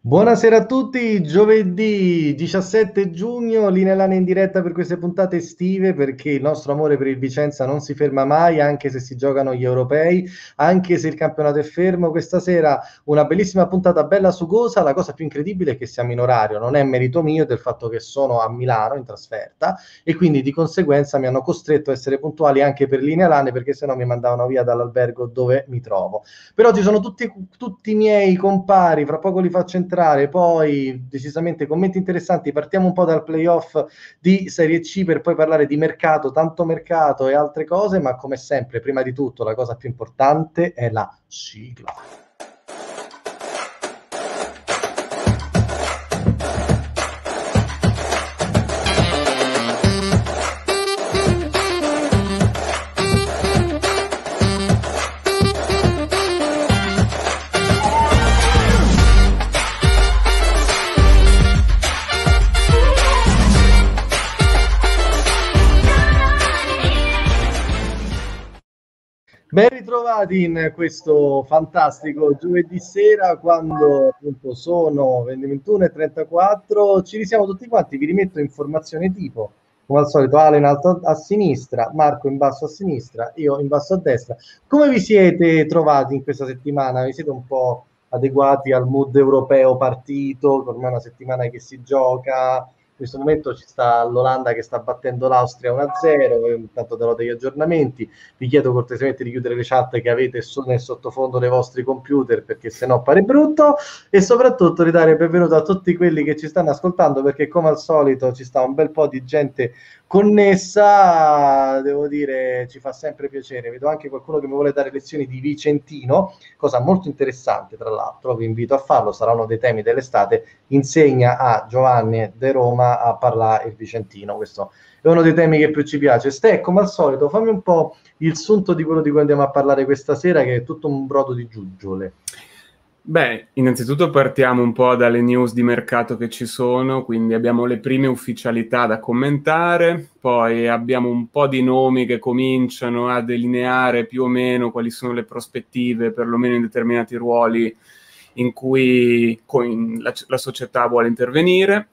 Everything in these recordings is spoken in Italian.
Buonasera a tutti, giovedì 17 giugno, Linea Lana in diretta per queste puntate estive perché il nostro amore per il Vicenza non si ferma mai, anche se si giocano gli europei, anche se il campionato è fermo. Questa sera una bellissima puntata bella sugosa, la cosa più incredibile è che siamo in orario, non è merito mio del fatto che sono a Milano in trasferta e quindi di conseguenza mi hanno costretto a essere puntuali anche per Linea Lane perché sennò mi mandavano via dall'albergo dove mi trovo. Però ci sono tutti i miei compari, fra poco li faccio entrare, poi decisamente commenti interessanti. Partiamo un po' dal playoff di Serie C per poi parlare di mercato, tanto mercato e altre cose, ma come sempre, prima di tutto, la cosa più importante è la sigla. Ben ritrovati in questo fantastico giovedì sera quando appunto sono 21:34, ci risiamo tutti quanti, vi rimetto informazione tipo, come al solito Ale in alto a sinistra, Marco in basso a sinistra, io in basso a destra. Come vi siete trovati in questa settimana? Vi siete un po' adeguati al mood europeo partito, ormai è una settimana che si gioca? In questo momento ci sta l'Olanda che sta battendo l'Austria 1-0, intanto darò degli aggiornamenti. Vi chiedo cortesemente di chiudere le chat che avete nel sottofondo dei vostri computer perché sennò pare brutto, e soprattutto ridare il benvenuto a tutti quelli che ci stanno ascoltando perché come al solito ci sta un bel po' di gente connessa, devo dire ci fa sempre piacere. Vedo anche qualcuno che mi vuole dare lezioni di vicentino, cosa molto interessante tra l'altro, vi invito a farlo, sarà uno dei temi dell'estate. Insegna a Giovanni De Roma a parlare il vicentino, questo è uno dei temi che più ci piace. Ste, come al solito, fammi un po' il sunto di quello di cui andiamo a parlare questa sera, che è tutto un brodo di giuggiole. Beh, innanzitutto partiamo un po' dalle news di mercato che ci sono, quindi abbiamo le prime ufficialità da commentare, poi abbiamo un po' di nomi che cominciano a delineare più o meno quali sono le prospettive, perlomeno in determinati ruoli in cui la società vuole intervenire.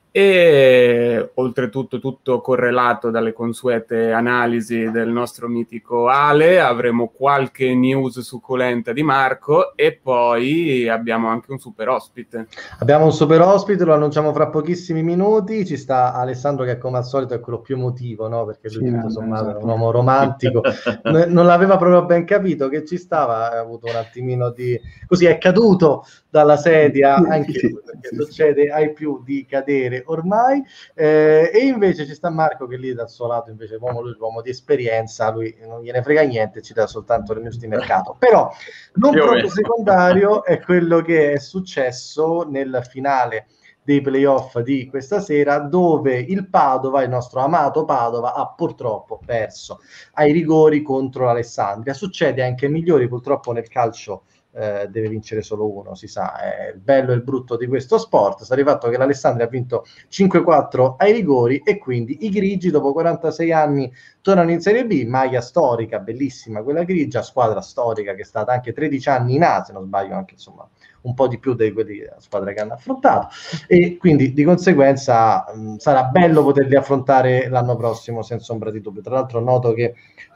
E oltretutto tutto correlato dalle consuete analisi del nostro mitico Ale, avremo qualche news succulenta di Marco e poi abbiamo anche un super ospite. Abbiamo un super ospite, lo annunciamo fra pochissimi minuti, ci sta Alessandro che come al solito è quello più emotivo, no? Perché lui tutto sommato è un uomo romantico, non l'aveva proprio ben capito che ci stava, ha avuto un attimino di... così è caduto dalla sedia, anche lui, perché succede ai più di cadere ormai, e invece ci sta Marco che lì dal suo lato invece l'uomo di esperienza, lui non gliene frega niente, ci dà soltanto le news di mercato, però non proprio secondario è quello che è successo nel finale dei playoff di questa sera, dove il Padova, il nostro amato Padova, ha purtroppo perso ai rigori contro l'Alessandria. Succede anche ai migliori, purtroppo nel calcio deve vincere solo uno, si sa, è il bello e il brutto di questo sport. Sta di fatto che l'Alessandria ha vinto 5-4 ai rigori e quindi i grigi dopo 46 anni tornano in Serie B, maglia storica, bellissima quella grigia, squadra storica che è stata anche 13 anni in A, se non sbaglio anche insomma un po' di più di quelli della squadra che hanno affrontato, e quindi di conseguenza sarà bello poterli affrontare l'anno prossimo senza ombra di dubbio. Tra l'altro noto che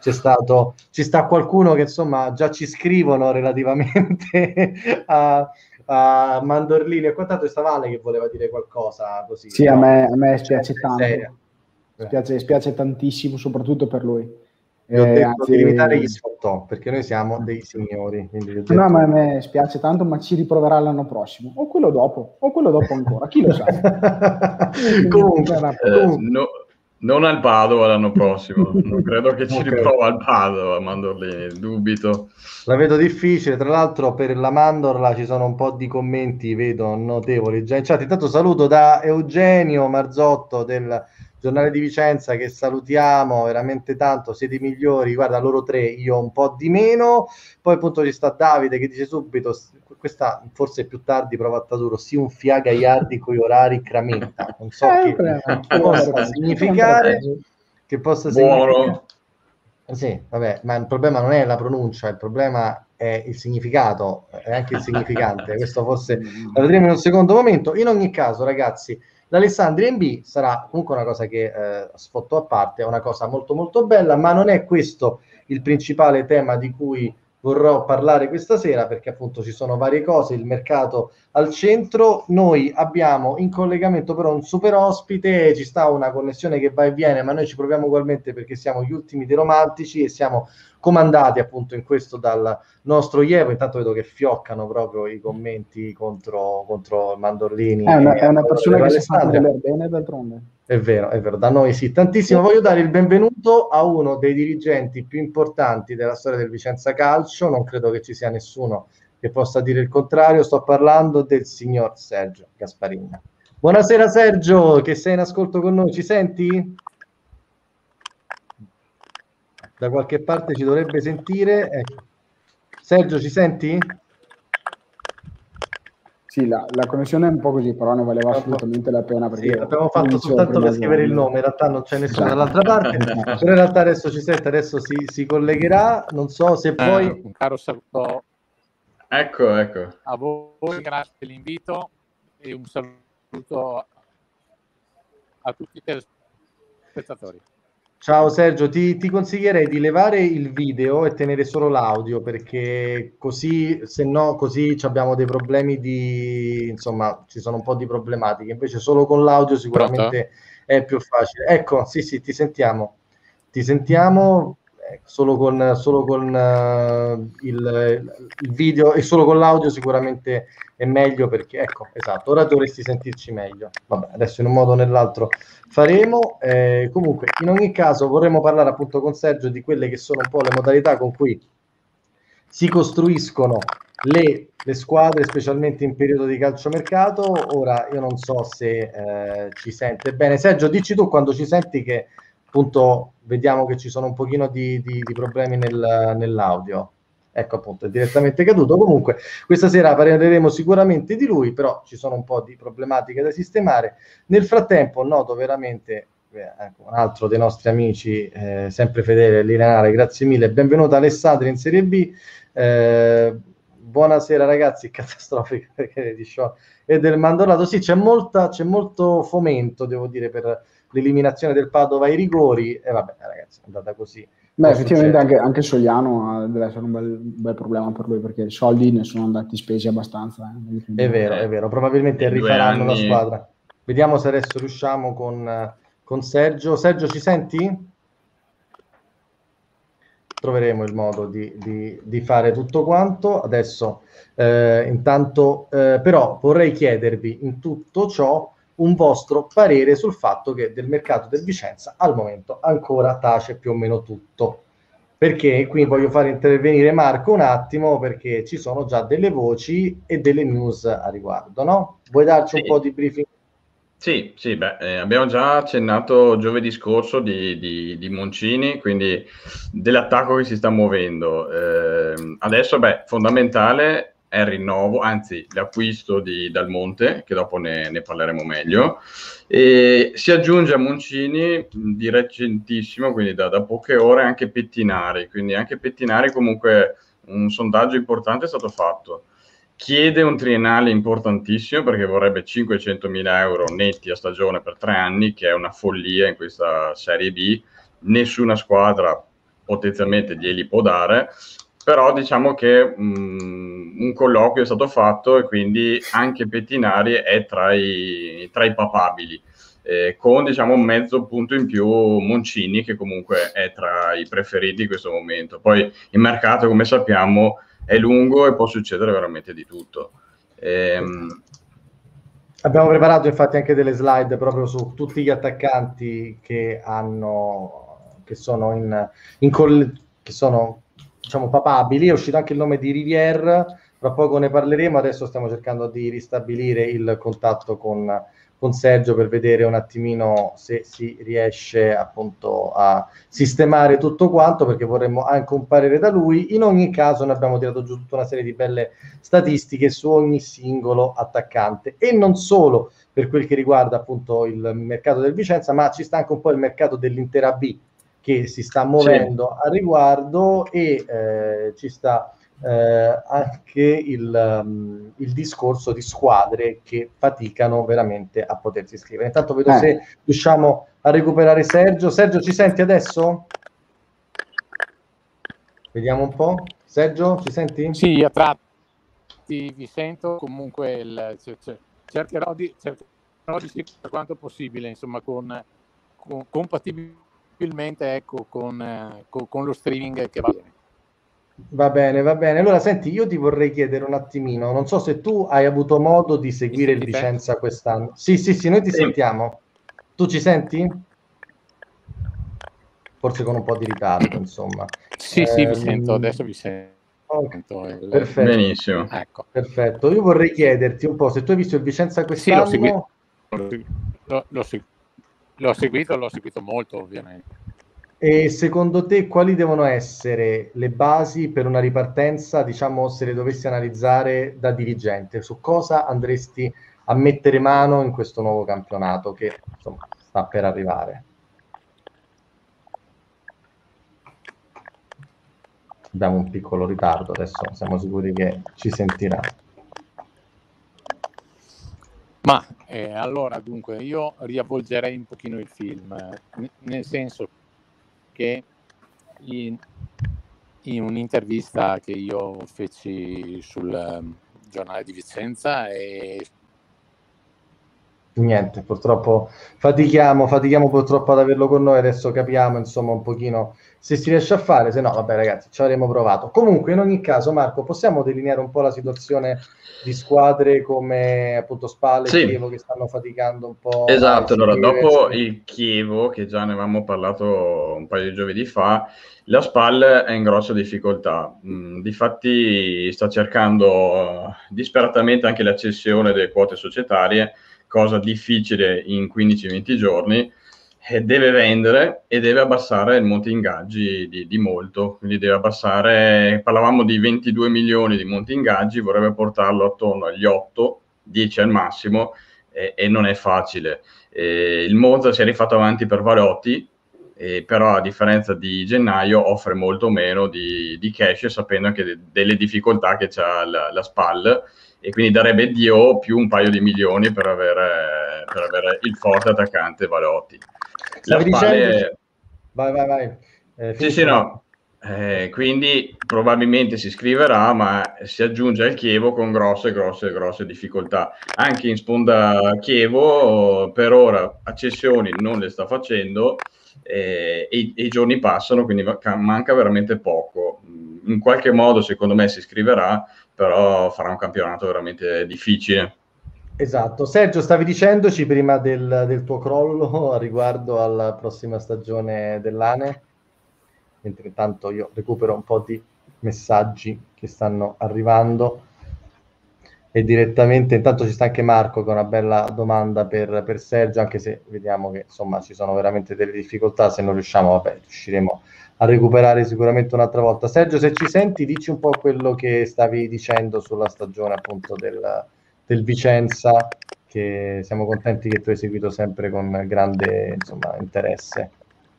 ci sta qualcuno che insomma già ci scrivono relativamente a Mandorlini e quant'altro. Stava Ale che voleva dire qualcosa così. Sì, no? a me spiace tanto, spiace tantissimo, soprattutto per lui. Vi ho detto di limitare gli sfottò, perché noi siamo dei signori. No, ma a me spiace tanto, ma ci riproverà l'anno prossimo, o quello dopo ancora, chi lo sa. Comunque, non al Padova l'anno prossimo, non credo che ci riprova al Padova, Mandorlini, dubito. La vedo difficile, tra l'altro per la Mandorla ci sono un po' di commenti, vedo, notevoli già in chat. Intanto saluto da Eugenio Marzotto del Giornale di Vicenza, che salutiamo veramente tanto, siete i migliori, guarda loro tre, io un po' di meno. Poi appunto ci sta Davide che dice subito, questa forse più tardi prova a tradurre, sì un fiaga iardi coi orari cramenta, non so che possa significare, che possa significare. Sì, vabbè, ma il problema non è la pronuncia, il problema è il significato, è anche il significante, questo forse la vedremo in un secondo momento. In ogni caso, ragazzi, l'Alessandria NB sarà comunque una cosa che, sfotto a parte, è una cosa molto molto bella, ma non è questo il principale tema di cui vorrò parlare questa sera, perché appunto ci sono varie cose, il mercato al centro. Noi abbiamo in collegamento però un super ospite, ci sta una connessione che va e viene, ma noi ci proviamo ugualmente perché siamo gli ultimi dei romantici e siamo comandati appunto in questo dal nostro Ievo. Intanto vedo che fioccano proprio i commenti contro Mandorlini. È una persona che si fa voler bene, d'altronde. È vero, da noi sì, tantissimo. Voglio dare il benvenuto a uno dei dirigenti più importanti della storia del Vicenza Calcio, non credo che ci sia nessuno che possa dire il contrario, sto parlando del signor Sergio Gasparini. Buonasera Sergio, che sei in ascolto con noi, ci senti? Da qualche parte ci dovrebbe sentire. Sergio, ci senti? Sì, la connessione è un po' così, però ne valeva assolutamente la pena. Perché sì, l'abbiamo fatto soltanto per scrivere il nome, in realtà non c'è nessuno dall'altra parte, però in realtà adesso ci sente, adesso si collegherà, non so se poi... Un caro saluto Ecco. a voi, grazie dell'invito e un saluto a tutti i telespettatori. Ciao Sergio, ti consiglierei di levare il video e tenere solo l'audio, perché così, se no, così abbiamo dei problemi insomma, ci sono un po' di problematiche. Invece solo con l'audio sicuramente è più facile. Ecco, sì, ti sentiamo, solo con il video e solo con l'audio sicuramente è meglio, perché ecco, esatto, ora dovresti sentirci meglio. Vabbè, adesso in un modo o nell'altro faremo. Comunque, in ogni caso vorremmo parlare appunto con Sergio di quelle che sono un po' le modalità con cui si costruiscono le squadre, specialmente in periodo di calciomercato. Ora io non so se ci sente bene. Sergio, dici tu quando ci senti, che appunto vediamo che ci sono un pochino di problemi nell'audio. Ecco, appunto, è direttamente caduto. Comunque questa sera parleremo sicuramente di lui, però ci sono un po' di problematiche da sistemare. Nel frattempo noto veramente ecco, un altro dei nostri amici sempre fedele, Lineare, grazie mille, benvenuta Alessandra in Serie B. Buonasera ragazzi, catastrofica perché di show e del Mandorlato. Sì, c'è molto fomento, devo dire, per l'eliminazione del Padova ai rigori, e vabbè ragazzi, è andata così. Beh, effettivamente anche Sogliano deve essere un bel problema per lui, perché i soldi ne sono andati spesi abbastanza. È vero, probabilmente rifaranno la squadra. Vediamo se adesso riusciamo con Sergio. Sergio, ci senti? Troveremo il modo di fare tutto quanto. Adesso intanto però vorrei chiedervi in tutto ciò un vostro parere sul fatto che del mercato del Vicenza al momento ancora tace più o meno tutto, perché qui voglio far intervenire Marco un attimo, perché ci sono già delle voci e delle news a riguardo, no? Vuoi darci un po' di briefing? Sì, abbiamo già accennato giovedì scorso di Moncini, quindi dell'attacco che si sta muovendo. Adesso, fondamentale è il rinnovo, anzi l'acquisto di Dal Monte, che dopo ne parleremo meglio, e si aggiunge a Moncini di recentissimo, quindi da poche ore, anche Pettinari, quindi anche Pettinari comunque un sondaggio importante è stato fatto. Chiede un triennale importantissimo perché vorrebbe 500.000 euro netti a stagione per 3 anni, che è una follia in questa Serie B, nessuna squadra potenzialmente glieli può dare, però diciamo che un colloquio è stato fatto e quindi anche Pettinari è tra i papabili, con diciamo un mezzo punto in più Moncini, che comunque è tra i preferiti in questo momento. Poi il mercato, come sappiamo, è lungo e può succedere veramente di tutto. Abbiamo preparato infatti anche delle slide proprio su tutti gli attaccanti che sono che sono diciamo papabili. È uscito anche il nome di Rivière, tra poco ne parleremo. Adesso stiamo cercando di ristabilire il contatto con Sergio per vedere un attimino se si riesce appunto a sistemare tutto quanto, perché vorremmo anche un parere da lui. In ogni caso noi abbiamo tirato giù tutta una serie di belle statistiche su ogni singolo attaccante, e non solo per quel che riguarda appunto il mercato del Vicenza, ma ci sta anche un po' il mercato dell'Intera B che si sta muovendo a riguardo, e ci sta anche il discorso di squadre che faticano veramente a potersi iscrivere. Intanto vedo se riusciamo a recuperare Sergio. Sergio, ci senti adesso? Vediamo un po'. Sergio, ci senti? Sì, a tratti vi sento, comunque cercherò di seguire per quanto possibile, insomma, compatibilmente, ecco, con lo streaming che va bene. Va bene, va bene. Allora, senti, io ti vorrei chiedere un attimino, non so se tu hai avuto modo di seguire il Vicenza quest'anno. Sì, noi ti sentiamo. Tu ci senti? Forse con un po' di ritardo, insomma. Sì, vi sento, adesso vi sento. Okay. Perfetto. Benissimo. Ecco. Perfetto. Io vorrei chiederti un po' se tu hai visto il Vicenza quest'anno. Sì, l'ho seguito molto, ovviamente. E secondo te quali devono essere le basi per una ripartenza, diciamo, se le dovessi analizzare da dirigente? Su cosa andresti a mettere mano in questo nuovo campionato che, insomma, sta per arrivare? Abbiamo un piccolo ritardo, adesso siamo sicuri che ci sentirà. Ma allora, dunque, io riavvolgerei un pochino il film, nel senso che in un'intervista che io feci sul giornale di Vicenza e niente, purtroppo fatichiamo purtroppo ad averlo con noi, adesso capiamo insomma un pochino se si riesce a fare, se no vabbè ragazzi ci avremmo provato. Comunque in ogni caso Marco, possiamo delineare un po' la situazione di squadre come appunto Spal e Chievo che stanno faticando un po'? Esatto, allora dopo il Chievo, che già ne avevamo parlato un paio di giovedì fa, la Spal è in grossa difficoltà, difatti sta cercando disperatamente anche la cessione delle quote societarie, cosa difficile in 15-20 giorni, deve vendere e deve abbassare il monte ingaggi di molto, quindi deve abbassare, parlavamo di 22 milioni di monte ingaggi, vorrebbe portarlo attorno agli 8, 10 al massimo, e non è facile. Il Monza si è rifatto avanti per Valotti, però a differenza di gennaio offre molto meno di cash, sapendo anche delle difficoltà che c'ha la Spal, e quindi darebbe Dio più un paio di milioni per avere il forte attaccante Valotti. La Spal vai. Sì, no. Quindi probabilmente si iscriverà, ma si aggiunge al Chievo con grosse difficoltà. Anche in sponda Chievo per ora accessioni non le sta facendo, e i giorni passano, quindi manca veramente poco. In qualche modo secondo me si iscriverà, però farà un campionato veramente difficile. Esatto. Sergio, stavi dicendoci prima del tuo crollo riguardo alla prossima stagione dell'ANE? Mentre intanto io recupero un po' di messaggi che stanno arrivando e direttamente intanto ci sta anche Marco con una bella domanda per Sergio, anche se vediamo che insomma ci sono veramente delle difficoltà, se non riusciamo riusciremo a recuperare sicuramente un'altra volta. Sergio, se ci senti, dici un po' quello che stavi dicendo sulla stagione appunto del Vicenza, che siamo contenti che tu hai seguito sempre con grande insomma interesse.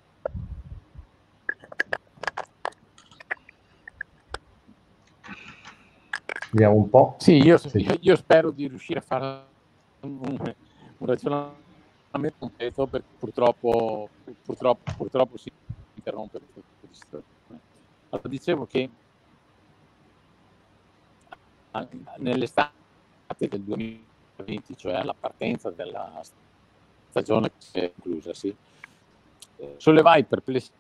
Vediamo un po'. Sì, io spero di riuscire a fare un ragionamento completo, perché purtroppo si interrompe. Allora, dicevo che nell'estate del 2020, cioè alla partenza della stagione che si è conclusa, sollevai perplessità.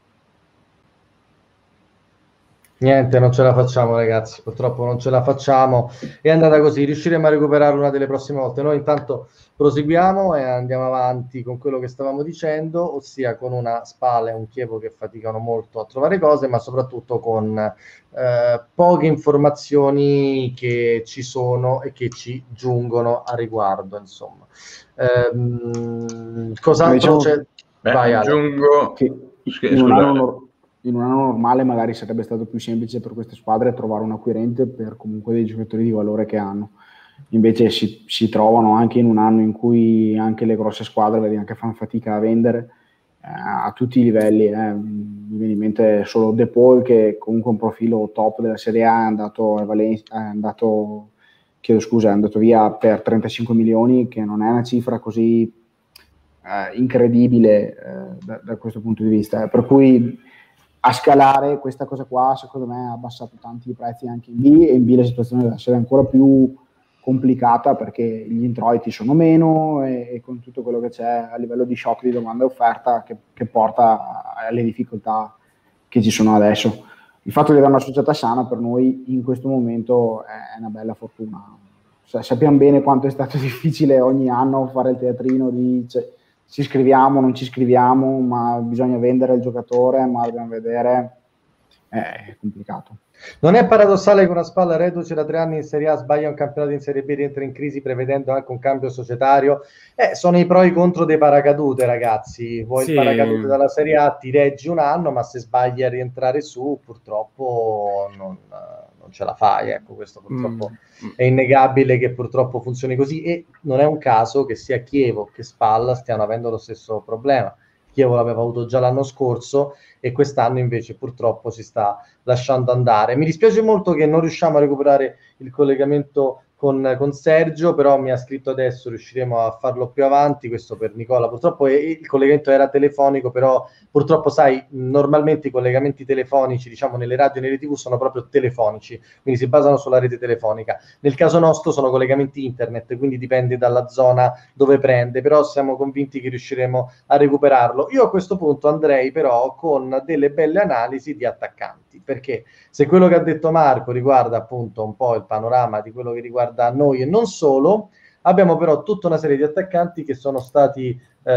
Niente, non ce la facciamo ragazzi, purtroppo non ce la facciamo, è andata così, riusciremo a recuperare una delle prossime volte. Noi intanto proseguiamo e andiamo avanti con quello che stavamo dicendo, ossia con una Spal e un Chievo che faticano molto a trovare cose, ma soprattutto con poche informazioni che ci sono e che ci giungono a riguardo, insomma. Cos'altro c'è? Vai, aggiungo che in un anno normale magari sarebbe stato più semplice per queste squadre trovare un acquirente per comunque dei giocatori di valore che hanno. Invece si trovano anche in un anno in cui anche le grosse squadre vedi anche fanno fatica a vendere, a tutti i livelli. Mi viene in mente solo De Paul, che comunque è un profilo top della Serie A, è andato via per 35 milioni, che non è una cifra così incredibile da questo punto di vista. Per cui a scalare questa cosa qua, secondo me, ha abbassato tanti i prezzi anche in B, e in B la situazione deve essere ancora più complicata, perché gli introiti sono meno e con tutto quello che c'è a livello di shock di domanda e offerta che porta alle difficoltà che ci sono adesso. Il fatto di avere una società sana per noi in questo momento è una bella fortuna. Sappiamo bene quanto è stato difficile ogni anno fare il teatrino di ci iscriviamo, non ci iscriviamo, ma bisogna vendere il giocatore, ma dobbiamo vedere, è complicato. Non è paradossale che una spalla reduce da 3 anni in Serie A sbaglia un campionato in Serie B, rientra in crisi prevedendo anche un cambio societario? Sono i pro e i contro dei paracadute, ragazzi. Vuoi il paracadute dalla Serie A, ti reggi un anno, ma se sbagli a rientrare su, purtroppo non ce la fai. Ecco, questo purtroppo è innegabile che purtroppo funzioni così, e non è un caso che sia Chievo che Spalla stiano avendo lo stesso problema. Chievo l'aveva avuto già l'anno scorso e quest'anno invece purtroppo si sta lasciando andare. Mi dispiace molto che non riusciamo a recuperare il collegamento con Sergio, però mi ha scritto adesso, riusciremo a farlo più avanti. Questo per Nicola, purtroppo il collegamento era telefonico, però purtroppo sai, normalmente i collegamenti telefonici, diciamo nelle radio e nelle TV, sono proprio telefonici, quindi si basano sulla rete telefonica. Nel caso nostro sono collegamenti internet, quindi dipende dalla zona dove prende, però siamo convinti che riusciremo a recuperarlo. Io a questo punto andrei però con delle belle analisi di attaccanti, perché se quello che ha detto Marco riguarda appunto un po' il panorama di quello che riguarda noi e non solo, abbiamo però tutta una serie di attaccanti che sono stati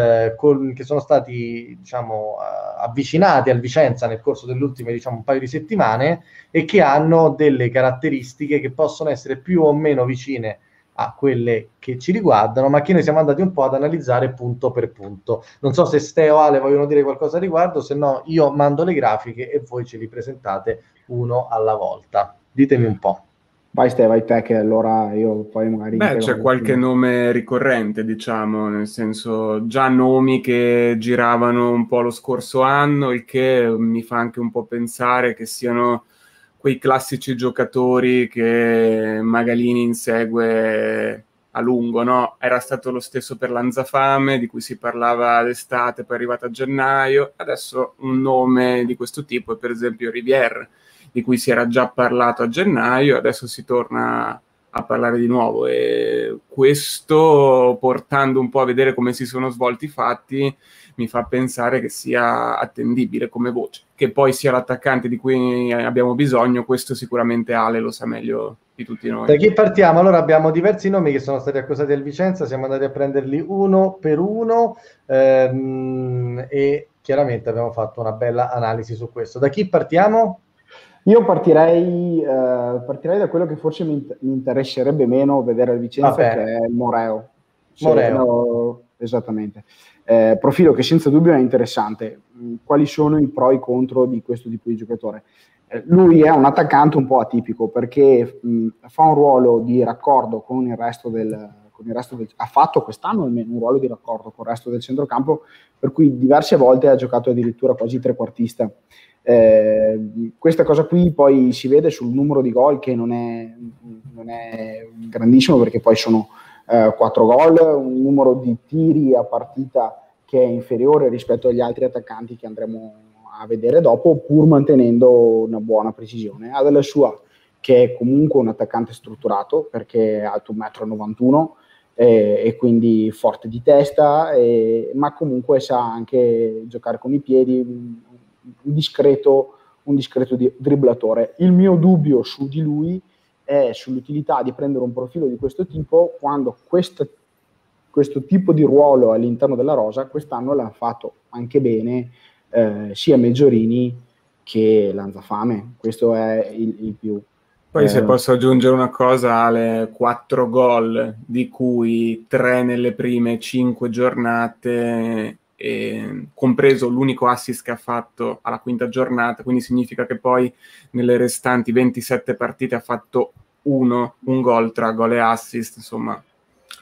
diciamo avvicinati al Vicenza nel corso delle ultime, diciamo, un paio di settimane, e che hanno delle caratteristiche che possono essere più o meno vicine a quelle che ci riguardano, ma che noi siamo andati un po' ad analizzare punto per punto. Non so se Steo o Ale vogliono dire qualcosa a riguardo, se no io mando le grafiche e voi ce li presentate uno alla volta. Ditemi un po'. Vai Steve, vai te, che allora io poi magari... C'è qualche nome ricorrente, diciamo, nel senso già nomi che giravano un po' lo scorso anno, il che mi fa anche un po' pensare che siano quei classici giocatori che Magalini insegue a lungo, no? Era stato lo stesso per Lanzafame, di cui si parlava d'estate, poi è arrivato a gennaio. Adesso un nome di questo tipo è per esempio Rivière, di cui si era già parlato a gennaio, adesso si torna a parlare di nuovo, e questo, portando un po' a vedere come si sono svolti i fatti, mi fa pensare che sia attendibile come voce. Che poi sia l'attaccante di cui abbiamo bisogno, questo sicuramente Ale lo sa meglio di tutti noi. Da chi partiamo? Allora abbiamo diversi nomi che sono stati accusati al Vicenza, siamo andati a prenderli uno per uno, e chiaramente abbiamo fatto una bella analisi su questo. Da chi partiamo? Io partirei da quello che forse mi interesserebbe meno vedere al Vicenza, che è Moreo. No, esattamente. Profilo che senza dubbio è interessante. Quali sono i pro e i contro di questo tipo di giocatore? Lui è un attaccante un po' atipico, perché fa un ruolo di raccordo con il resto ha fatto quest'anno almeno un ruolo di raccordo con il resto del centrocampo, per cui diverse volte ha giocato addirittura quasi trequartista. Questa cosa qui poi si vede sul numero di gol, che non è grandissimo, perché poi sono 4 gol, un numero di tiri a partita che è inferiore rispetto agli altri attaccanti che andremo a vedere dopo, pur mantenendo una buona precisione. Ha della sua, che è comunque un attaccante strutturato, perché è alto 1,91 m e quindi forte di testa, ma comunque sa anche giocare con i piedi, un discreto dribblatore. Il mio dubbio su di lui è sull'utilità di prendere un profilo di questo tipo, quando questo tipo di ruolo all'interno della rosa quest'anno l'ha fatto anche bene sia Meggiorini che Lanzafame. Questo è il più. Poi se posso aggiungere una cosa, Ale, 4 gol, di cui 3 nelle prime 5 giornate, compreso l'unico assist che ha fatto alla 5ª giornata, quindi significa che poi nelle restanti 27 partite ha fatto un gol tra gol e assist. Insomma,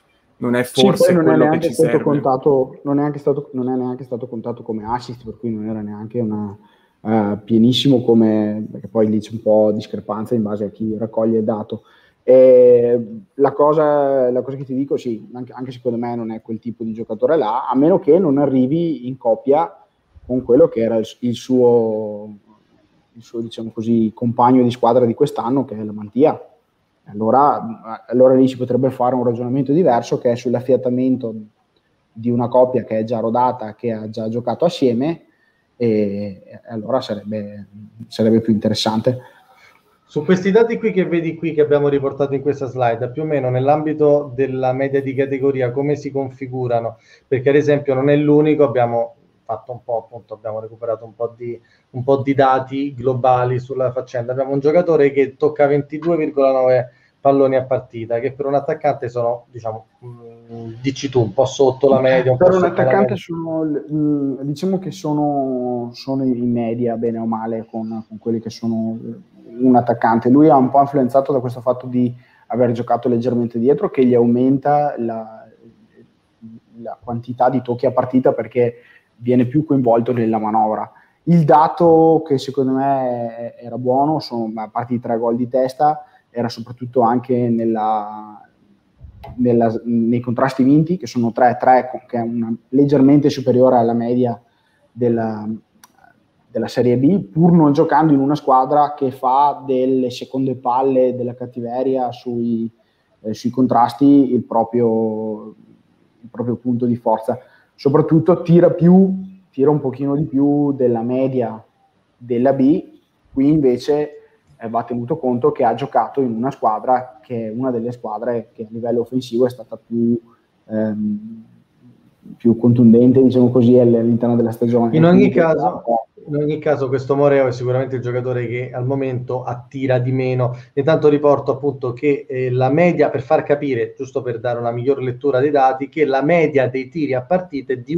non è forse quello che ci serve. Non è neanche stato contato come assist, per cui non era neanche una pienissimo, come, perché poi lì c'è un po' discrepanza in base a chi raccoglie il dato. La cosa che ti dico, sì, anche secondo me non è quel tipo di giocatore là, a meno che non arrivi in coppia con quello che era il suo diciamo così, compagno di squadra di quest'anno, che è la Mantia. Allora lì si potrebbe fare un ragionamento diverso, che è sull'affiatamento di una coppia che è già rodata, che ha già giocato assieme, e allora sarebbe più interessante. Su questi dati qui che vedi qui, che abbiamo riportato in questa slide, più o meno nell'ambito della media di categoria, come si configurano? Perché ad esempio non è l'unico, abbiamo fatto un po', appunto, abbiamo recuperato un po' di dati globali sulla faccenda. Abbiamo un giocatore che tocca 22,9 palloni a partita, che per un attaccante sono, diciamo, dici tu, un po' sotto la media. Per un attaccante diciamo che sono in media, bene o male, con quelli che sono un attaccante. Lui ha un po' influenzato da questo fatto di aver giocato leggermente dietro, che gli aumenta la quantità di tocchi a partita, perché viene più coinvolto nella manovra. Il dato che secondo me era buono, a parte i 3 gol di testa, era soprattutto anche nei contrasti vinti, che sono 3-3, che è leggermente superiore alla media della Serie B, pur non giocando in una squadra che fa delle seconde palle, della cattiveria sui contrasti il proprio punto di forza. Soprattutto tira un pochino di più della media della B. Qui invece va tenuto conto che ha giocato in una squadra che è una delle squadre che a livello offensivo è stata più contundente, diciamo così, all'interno della stagione. In ogni caso questo Moreo è sicuramente il giocatore che al momento attira di meno. Intanto riporto appunto che la media, per far capire, giusto per dare una miglior lettura dei dati, che la media dei tiri a partita è di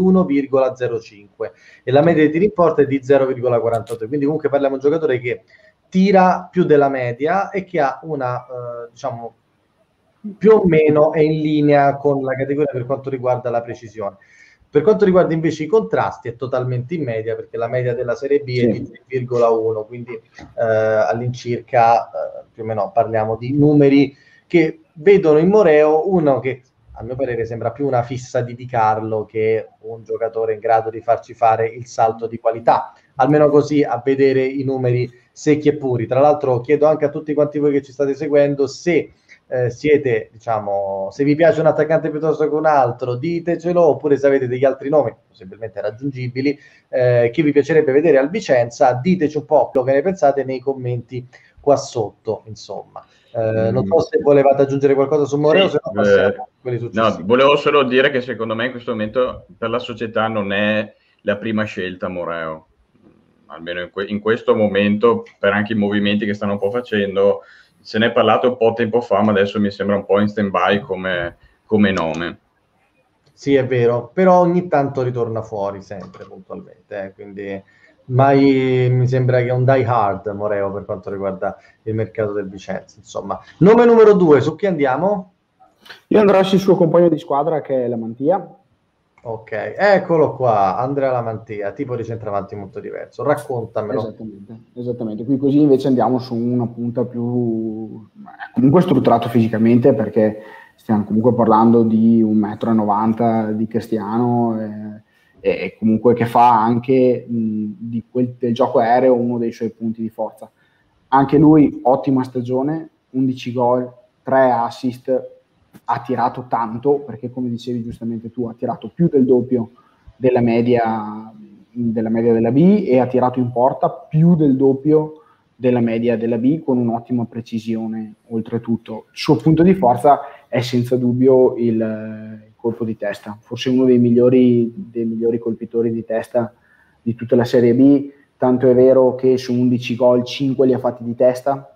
1,05 e la media dei tiri in porta è di 0,48, quindi comunque parliamo di un giocatore che tira più della media e che ha una diciamo più o meno è in linea con la categoria per quanto riguarda la precisione. Per quanto riguarda invece i contrasti è totalmente in media, perché la media della Serie B è di 3,1, quindi all'incirca più o meno parliamo di numeri che vedono in Moreo uno che a mio parere sembra più una fissa di Di Carlo che un giocatore in grado di farci fare il salto di qualità, almeno così a vedere i numeri secchi e puri. Tra l'altro chiedo anche a tutti quanti voi che ci state seguendo se siete, diciamo, se vi piace un attaccante piuttosto che un altro, ditecelo, oppure se avete degli altri nomi possibilmente raggiungibili che vi piacerebbe vedere al Vicenza, diteci un po' quello che ne pensate nei commenti qua sotto, insomma. Non so se volevate aggiungere qualcosa su Moreo, se no passiamo a quelli successivi. No, volevo solo dire che secondo me in questo momento per la società non è la prima scelta Moreo, almeno in questo momento, per anche i movimenti che stanno un po' facendo. Se ne è parlato un po' tempo fa, ma adesso mi sembra un po' in stand-by come nome. Sì, è vero, però ogni tanto ritorna fuori, sempre puntualmente, quindi mai mi sembra che è un die hard Moreo per quanto riguarda il mercato del Vicenza, insomma. Nome numero 2, su chi andiamo? Io andrò sul suo compagno di squadra, che è la Mantia. Ok, eccolo qua, Andrea Lamantia, tipo di centravanti molto diverso, raccontamelo. Esattamente, qui così invece andiamo su una punta più comunque strutturato fisicamente, perché stiamo comunque parlando di 1,90 m di Cristiano e comunque che fa anche del gioco aereo uno dei suoi punti di forza. Anche lui ottima stagione, 11 gol, 3 assist, ha tirato tanto, perché come dicevi giustamente tu, ha tirato più del doppio della media della B e ha tirato in porta più del doppio della media della B, con un'ottima precisione oltretutto. Il suo punto di forza è senza dubbio il colpo di testa, forse uno dei migliori colpitori di testa di tutta la Serie B, tanto è vero che su 11 gol 5 li ha fatti di testa,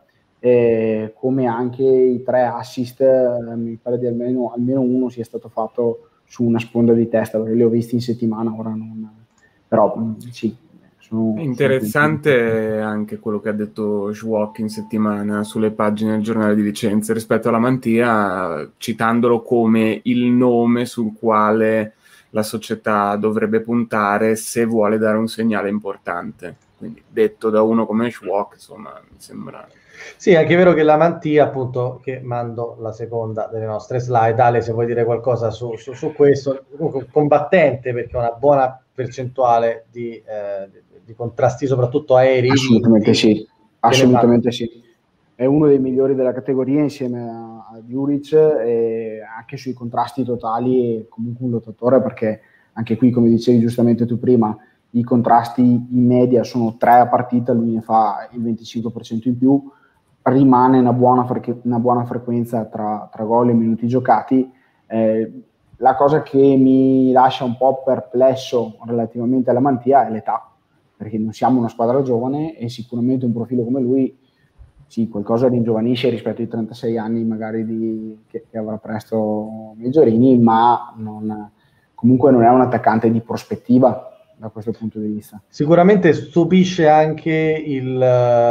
come anche i 3 assist, mi pare di almeno uno sia stato fatto su una sponda di testa, perché li ho visti in settimana, ora non, però sì, È interessante anche quello che ha detto Schwok in settimana sulle pagine del Giornale di Vicenza rispetto alla Mantia, citandolo come il nome sul quale la società dovrebbe puntare se vuole dare un segnale importante. Quindi detto da uno come Schwok, insomma, mi sembra... Sì, è anche vero che la Mantia, appunto, che mando la seconda delle nostre slide, Ale, se vuoi dire qualcosa su questo, combattente, perché ha una buona percentuale di contrasti, soprattutto aerei. Assolutamente sì, assolutamente sì. È uno dei migliori della categoria insieme a Juric, e anche sui contrasti totali è comunque un lottatore, perché anche qui, come dicevi giustamente tu prima, i contrasti in media sono 3 a partita, lui ne fa il 25% in più, rimane una buona frequenza tra gol e minuti giocati. La cosa che mi lascia un po' perplesso relativamente alla Mantia è l'età, perché non siamo una squadra giovane e sicuramente un profilo come lui sì, qualcosa ringiovanisce rispetto ai 36 anni magari che avrà presto Meggiorini, ma comunque non è un attaccante di prospettiva da questo punto di vista. Sicuramente stupisce anche il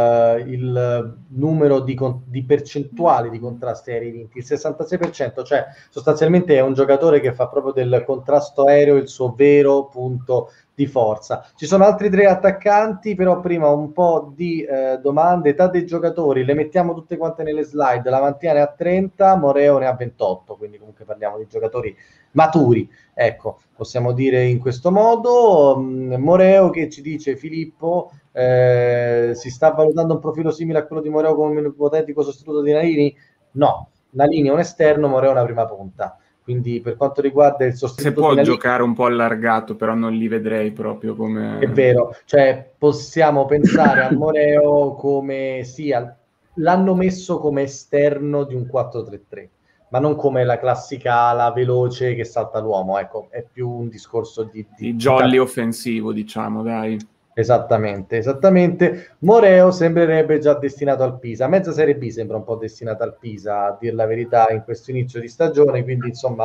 numero di percentuali di contrasti aerei vinti, il 66%, cioè sostanzialmente è un giocatore che fa proprio del contrasto aereo il suo vero punto di forza. Ci sono altri 3 attaccanti, però prima un po' di domande. Età dei giocatori, le mettiamo tutte quante nelle slide. La Mantia ne ha 30, Moreo ne ha 28, quindi comunque parliamo di giocatori maturi, ecco, possiamo dire in questo modo. Moreo, che ci dice Filippo, si sta valutando un profilo simile a quello di Moreo come un ipotetico sostituto di Nalini? No, Nalini è un esterno, Moreo è una prima punta. Quindi per quanto riguarda il sostituto, se può giocare un po' allargato, però non li vedrei proprio come... È vero, cioè possiamo pensare a Moreo come l'hanno messo come esterno di un 4-3-3, ma non come la classica ala veloce che salta l'uomo, ecco, è più un discorso di jolly offensivo, diciamo, dai. Esattamente. Moreo sembrerebbe già destinato al Pisa, mezza Serie B sembra un po' destinata al Pisa, a dir la verità, in questo inizio di stagione, quindi insomma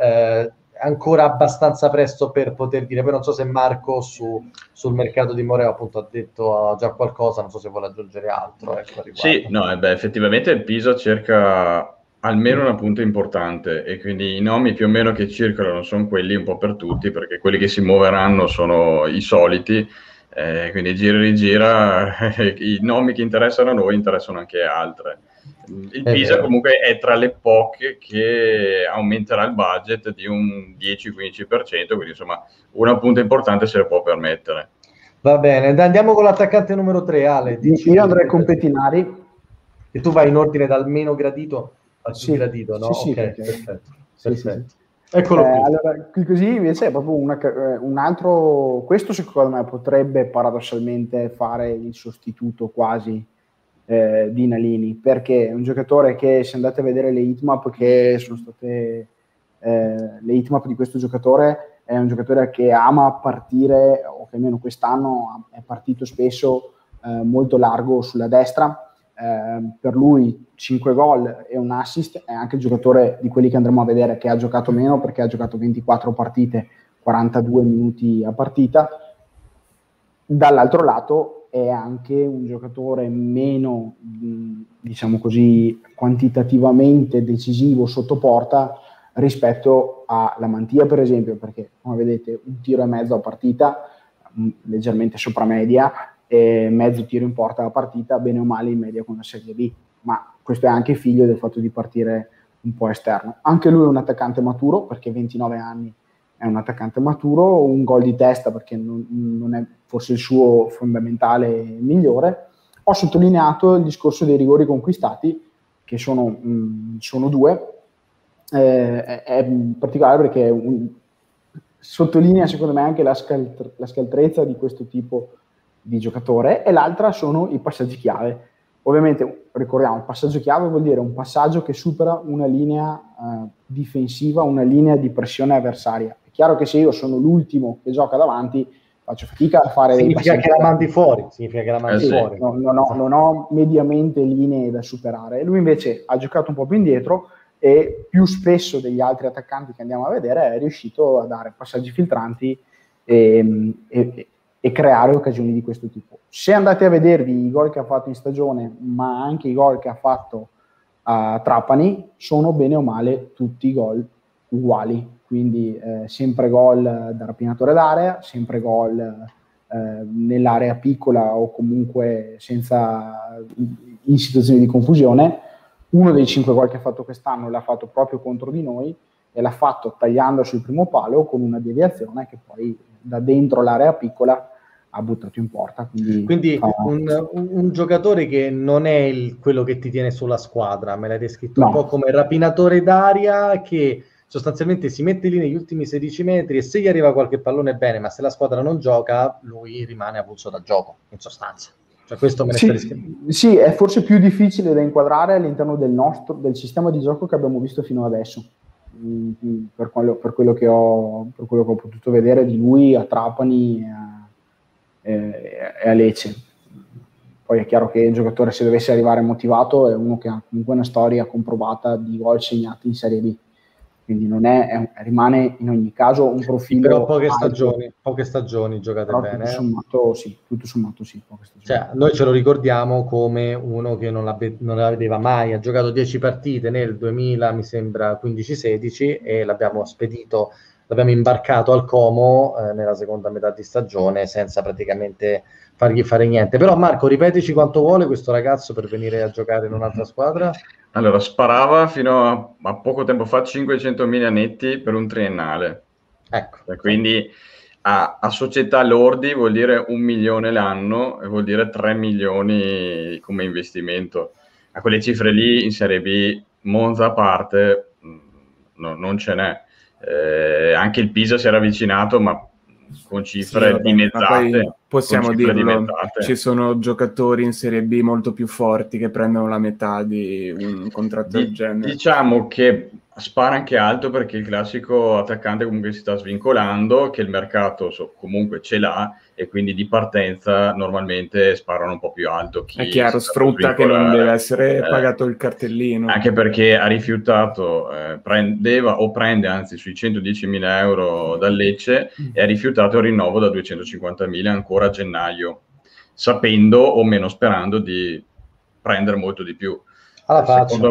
ancora abbastanza presto per poter dire. Poi non so se Marco sul mercato di Moreo appunto ha detto già qualcosa, non so se vuole aggiungere altro. Ecco, sì, no, effettivamente il Pisa cerca almeno una punta importante, e quindi i nomi più o meno che circolano sono quelli un po' per tutti, perché quelli che si muoveranno sono i soliti, quindi gira e rigira, i nomi che interessano a noi interessano anche a altre. Il Pisa comunque è tra le poche che aumenterà il budget di un 10-15%, quindi insomma una punta importante se la può permettere. Va bene, andiamo con l'attaccante numero 3, Ale. Io andrei con Pettinari. E tu vai in ordine dal meno gradito al più gradito, no? Sì, ok, sì, perfetto. Eccolo qui. Allora, così invece è proprio un altro... Questo secondo me potrebbe paradossalmente fare il sostituto quasi di Nalini, perché è un giocatore che, se andate a vedere le heatmap che sono state le heatmap di questo giocatore, è un giocatore che ama partire, o che almeno quest'anno è partito spesso molto largo sulla destra. Per lui 5 gol e un assist. È anche il giocatore di quelli che andremo a vedere che ha giocato meno, perché ha giocato 24 partite, 42 minuti a partita. Dall'altro lato è anche un giocatore meno, diciamo così, quantitativamente decisivo sotto porta rispetto alla Mantia, per esempio, perché come vedete 1 tiro e mezzo a partita, leggermente sopra media, e mezzo tiro in porta a partita, bene o male in media con la Serie B, ma questo è anche figlio del fatto di partire un po' esterno. Anche lui è un attaccante maturo, perché 29 anni è un attaccante maturo, un gol di testa perché non è forse il suo fondamentale migliore. Ho sottolineato il discorso dei rigori conquistati, che sono 2, è particolare perché sottolinea secondo me anche la scaltrezza di questo tipo di giocatore, e l'altra sono i passaggi chiave. Ovviamente ricordiamo, il passaggio chiave vuol dire un passaggio che supera una linea difensiva, una linea di pressione avversaria. È chiaro che se io sono l'ultimo che gioca davanti faccio fatica a fare significa che la mandi fuori, fuori. Non ho mediamente linee da superare. Lui invece ha giocato un po' più indietro, e più spesso degli altri attaccanti che andiamo a vedere è riuscito a dare passaggi filtranti e e creare occasioni di questo tipo. Se andate a vedervi i gol che ha fatto in stagione, ma anche i gol che ha fatto a Trapani, sono bene o male tutti gol uguali, quindi sempre gol da rapinatore d'area, sempre gol nell'area piccola o comunque in situazioni di confusione. Uno dei 5 gol che ha fatto quest'anno l'ha fatto proprio contro di noi e l'ha fatto tagliando sul primo palo con una deviazione che poi da dentro l'area piccola ha buttato in porta. Quindi un giocatore che non è quello che ti tiene sulla squadra, me l'hai descritto un po' come rapinatore d'aria che sostanzialmente si mette lì negli ultimi 16 metri e se gli arriva qualche pallone bene, ma se la squadra non gioca, lui rimane avulso da gioco, in sostanza. Cioè, questo me ne sta descrivendo. Sì, è forse più difficile da inquadrare all'interno del sistema di gioco che abbiamo visto fino adesso. Per quello che ho potuto vedere di lui a Trapani e a Lecce. Poi è chiaro che il giocatore, se dovesse arrivare motivato, è uno che ha comunque una storia comprovata di gol segnati in Serie B, quindi rimane in ogni caso un profilo. Però poche stagioni giocate però bene. Tutto sommato sì, poche stagioni. Cioè, noi ce lo ricordiamo come uno che non la vedeva mai, ha giocato 10 partite nel 2000, mi sembra 15-16, e l'abbiamo imbarcato al Como nella seconda metà di stagione senza praticamente fargli fare niente. Però Marco, ripetici quanto vuole questo ragazzo per venire a giocare in un'altra squadra? Allora, sparava fino a poco tempo fa 500.000 netti per un triennale. Ecco. Quindi a società lordi vuol dire 1 milione l'anno e vuol dire 3 milioni come investimento. A quelle cifre lì in Serie B, Monza a parte, non ce n'è. Anche il Pisa si era avvicinato, ma con cifre dimezzate. Possiamo dirlo, ci sono giocatori in Serie B molto più forti che prendono la metà di un contratto del genere. Diciamo che spara anche alto perché il classico attaccante comunque si sta svincolando, che il mercato comunque ce l'ha e quindi di partenza normalmente sparano un po' più alto. È chiaro, sfrutta che non deve essere pagato il cartellino. Anche perché ha rifiutato, prende anzi sui 110.000 euro dal Lecce e ha rifiutato il rinnovo da 250.000 ancora a gennaio, sapendo o meno sperando di prendere molto di più. Secondo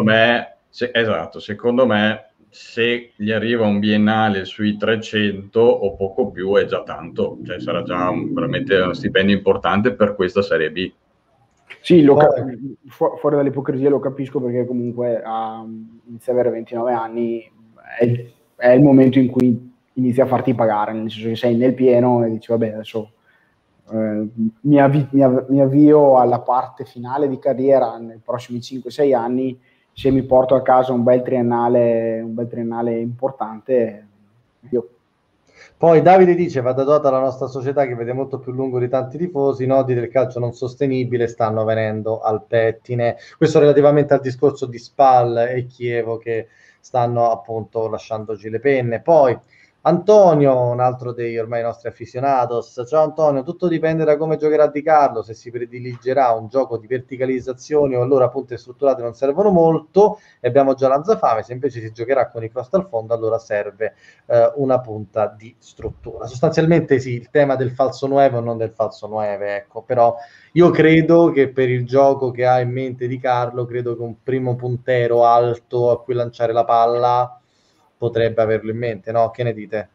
me se gli arriva un biennale sui 300 o poco più è già tanto, cioè sarà già veramente uno stipendio importante per questa Serie B. Sì, fuori dall'ipocrisia lo capisco, perché comunque inizia ad avere 29 anni, è il momento in cui inizia a farti pagare, nel senso che sei nel pieno e dici vabbè adesso mi avvio alla parte finale di carriera nei prossimi 5-6 anni. Se mi porto a casa un bel triennale importante, io. Poi Davide dice: va data la nostra società che vede molto più lungo di tanti tifosi, i nodi del calcio non sostenibile stanno venendo al pettine. Questo relativamente al discorso di Spal e Chievo che stanno appunto lasciandoci le penne. Poi Antonio, un altro dei ormai nostri aficionados. Ciao Antonio, tutto dipende da come giocherà Di Carlo, se si prediligerà un gioco di verticalizzazione o allora punte strutturate non servono molto e abbiamo già Lanzafame, se invece si giocherà con i cross al fondo allora serve una punta di struttura. Sostanzialmente sì, il tema del falso 9 o non del falso 9, ecco, però io credo che per il gioco che ha in mente Di Carlo, credo che un primo puntero alto a cui lanciare la palla potrebbe averlo in mente, no? Che ne dite?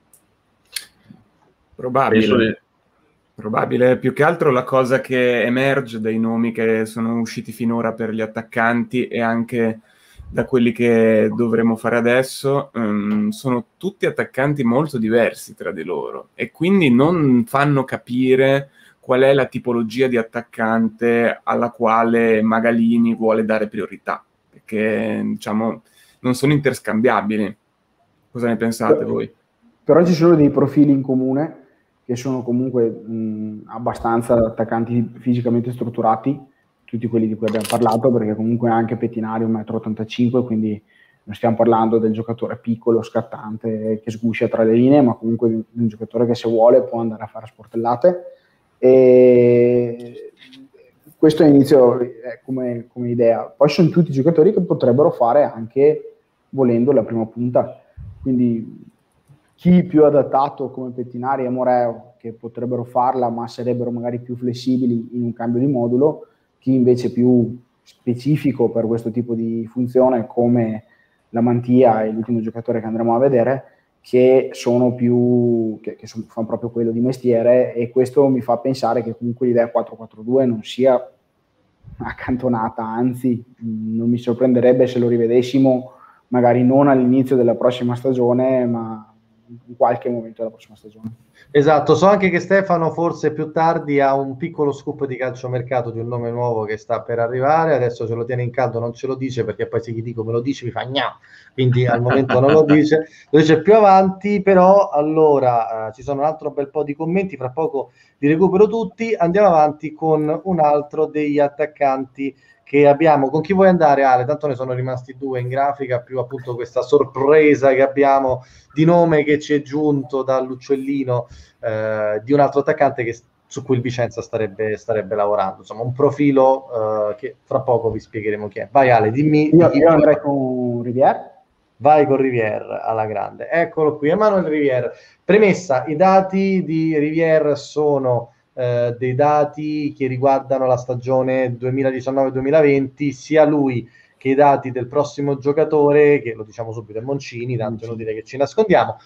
Probabile. Più che altro la cosa che emerge dai nomi che sono usciti finora per gli attaccanti e anche da quelli che dovremo fare adesso, sono tutti attaccanti molto diversi tra di loro e quindi non fanno capire qual è la tipologia di attaccante alla quale Magalini vuole dare priorità, perché diciamo non sono interscambiabili. Cosa ne pensate voi? Però ci sono dei profili in comune che sono comunque abbastanza attaccanti fisicamente strutturati, tutti quelli di cui abbiamo parlato, perché comunque anche Pettinari 1,85 m, quindi non stiamo parlando del giocatore piccolo, scattante, che sguscia tra le linee, ma comunque di un giocatore che se vuole può andare a fare sportellate. E questo è inizio come idea. Poi sono tutti giocatori che potrebbero fare anche volendo la prima punta, quindi chi più adattato come Pettinari e Moreo che potrebbero farla, ma sarebbero magari più flessibili in un cambio di modulo, chi invece più specifico per questo tipo di funzione, come la Mantia e l'ultimo giocatore che andremo a vedere, che sono più fanno proprio quello di mestiere, e questo mi fa pensare che comunque l'idea 4-4-2 non sia accantonata, anzi non mi sorprenderebbe se lo rivedessimo magari non all'inizio della prossima stagione, ma in qualche momento della prossima stagione. Esatto, so anche che Stefano forse più tardi ha un piccolo scoop di calciomercato di un nome nuovo che sta per arrivare, adesso ce lo tiene in caldo, non ce lo dice perché poi se gli dico me lo dice mi fa gna, quindi al momento non lo dice più avanti. Però allora ci sono un altro bel po' di commenti, fra poco li recupero tutti, andiamo avanti con un altro degli attaccanti che abbiamo. Con chi vuoi andare, Ale? Tanto ne sono rimasti due in grafica, più appunto questa sorpresa che abbiamo di nome che ci è giunto dall'uccellino di un altro attaccante su cui il Vicenza starebbe lavorando. Insomma, un profilo che fra poco vi spiegheremo chi è. Vai Ale, dimmi. Io andrei con Rivière. Vai con Rivière alla grande. Eccolo qui, Emanuel Rivière. Premessa, i dati di Rivière sono dei dati che riguardano la stagione 2019-2020, sia lui che i dati del prossimo giocatore, che lo diciamo subito è Moncini, tanto è inutile che ci nascondiamo,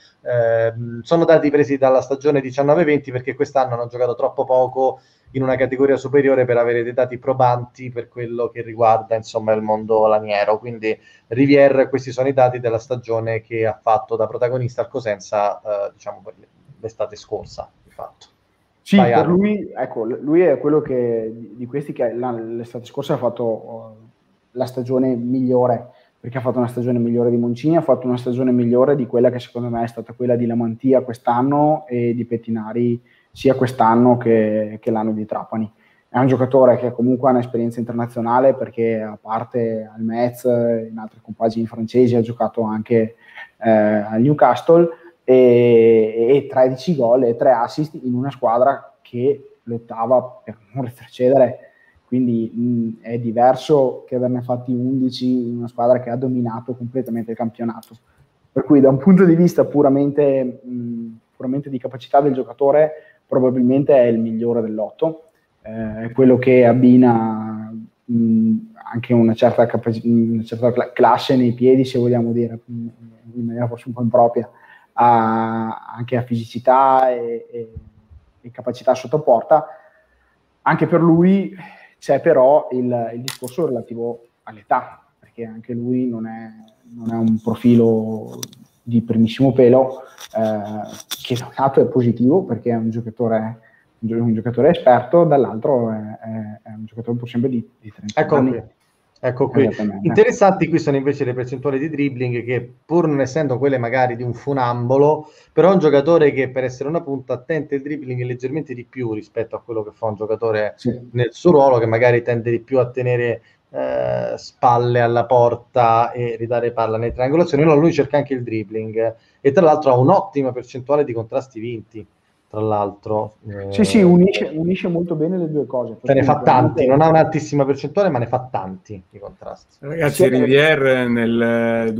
sono dati presi dalla stagione 19-20 perché quest'anno hanno giocato troppo poco in una categoria superiore per avere dei dati probanti per quello che riguarda insomma il mondo laniero. Quindi Rivière, questi sono i dati della stagione che ha fatto da protagonista al Cosenza diciamo per l'estate scorsa di fatto. Sì, per lui, ecco, lui è quello che di questi che l'estate scorsa ha fatto la stagione migliore, perché ha fatto una stagione migliore di Moncini, ha fatto una stagione migliore di quella che secondo me è stata quella di Lamantia quest'anno e di Pettinari sia quest'anno che l'anno di Trapani. È un giocatore che comunque ha un'esperienza internazionale, perché a parte al Metz, in altre compagini francesi, ha giocato anche al Newcastle, e 13 gol e 3 assist in una squadra che lottava per non retrocedere, quindi è diverso che averne fatti 11 in una squadra che ha dominato completamente il campionato. Per cui da un punto di vista puramente di capacità del giocatore probabilmente è il migliore del lotto, è quello che abbina anche una certa classe nei piedi, se vogliamo dire, in maniera forse un po' impropria, anche a fisicità e capacità sotto porta. Anche per lui c'è però il discorso relativo all'età, perché anche lui non è un profilo di primissimo pelo, che da un lato è positivo perché è un giocatore esperto, dall'altro è un giocatore pur sempre di 30 anni. Ecco qui. Interessanti qui sono invece le percentuali di dribbling, che pur non essendo quelle magari di un funambolo, però è un giocatore che per essere una punta tenta il dribbling leggermente di più rispetto a quello che fa un giocatore nel suo ruolo, che magari tende di più a tenere spalle alla porta e ridare palla nelle triangolazioni. No, lui cerca anche il dribbling e tra l'altro ha un'ottima percentuale di contrasti vinti. Tra l'altro sì, unisce molto bene le due cose. Se ne fa tanti, non ha un'altissima percentuale, ma ne fa tanti di contrasti. Ragazzi, Rivière nel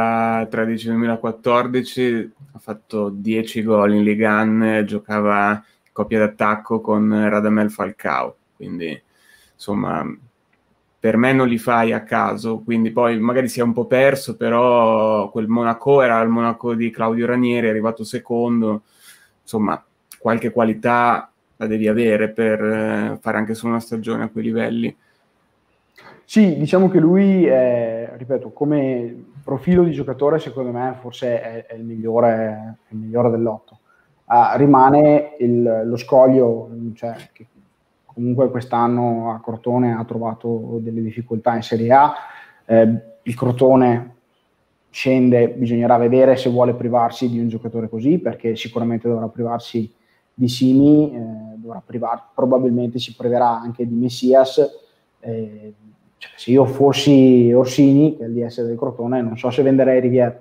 2013-2014 ha fatto 10 gol in Ligue 1, giocava coppia d'attacco con Radamel Falcao, quindi insomma per me non li fai a caso, quindi poi magari si è un po' perso, però quel Monaco era il Monaco di Claudio Ranieri, è arrivato secondo, insomma qualche qualità la devi avere per fare anche solo una stagione a quei livelli. Sì, diciamo che lui, ripeto, come profilo di giocatore secondo me forse è il migliore del lotto. Rimane lo scoglio, cioè che comunque quest'anno a Crotone ha trovato delle difficoltà in Serie A, il Crotone scende, bisognerà vedere se vuole privarsi di un giocatore così, perché sicuramente dovrà privarsi di Simi, probabilmente si priverà anche di Messias. Cioè, se io fossi Orsini, che è il DS del Crotone, non so se venderei Rivière.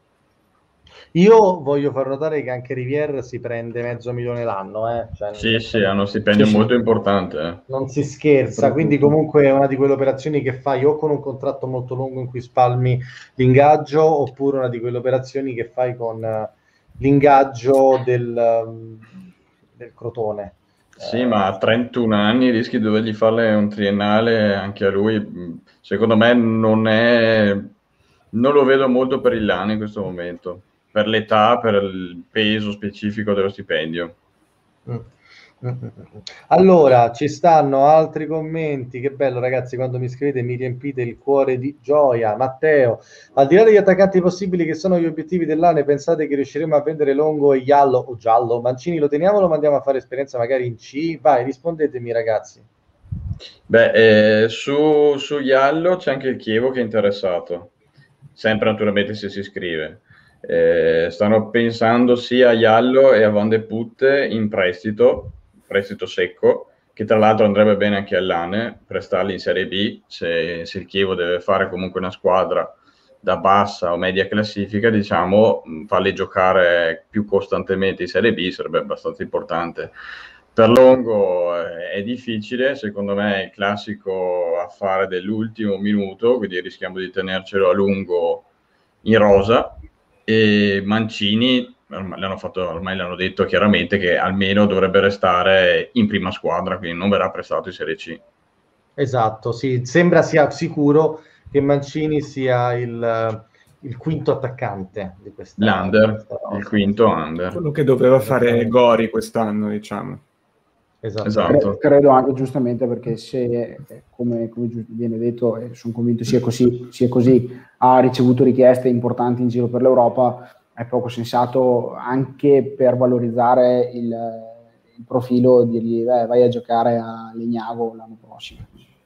Io voglio far notare che anche Rivière si prende $500,000 l'anno. Cioè, sì, ha uno stipendio molto importante. Non si scherza, quindi comunque è una di quelle operazioni che fai o con un contratto molto lungo in cui spalmi l'ingaggio, oppure una di quelle operazioni che fai con l'ingaggio del Crotone. Sì, ma a 31 anni rischi di dovergli fare un triennale anche a lui. Secondo me non lo vedo molto per il Lane in questo momento, per l'età, per il peso specifico dello stipendio. Allora, ci stanno altri commenti. Che bello, ragazzi, quando mi scrivete mi riempite il cuore di gioia. Matteo, al di là degli attaccanti possibili che sono gli obiettivi dell'ANE, pensate che riusciremo a vendere Longo e Iallo o Giallo? Mancini lo teniamo o lo mandiamo a fare esperienza magari in C? Vai, rispondetemi, ragazzi. Beh, su Iallo c'è anche il Chievo che è interessato, sempre naturalmente se si iscrive. Stanno pensando sia a Iallo e a Van de Putte in prestito secco, che tra l'altro andrebbe bene anche all'Ane, prestarli in Serie B, se il Chievo deve fare comunque una squadra da bassa o media classifica, diciamo, farli giocare più costantemente in Serie B sarebbe abbastanza importante. Per Longo è difficile, secondo me è il classico affare dell'ultimo minuto, quindi rischiamo di tenercelo a lungo in rosa, e Mancini ormai l'hanno detto chiaramente che almeno dovrebbe restare in prima squadra, quindi non verrà prestato in Serie C. Esatto, sì, sembra sia sicuro che Mancini sia il quinto attaccante di questa il quinto under. Quello che doveva fare Gori quest'anno, diciamo. Esatto. Credo anche giustamente, perché se, come viene detto, e sono convinto sia così, ha ricevuto richieste importanti in giro per l'Europa, è poco sensato, anche per valorizzare il profilo, dirgli vai a giocare a Legnago l'anno prossimo.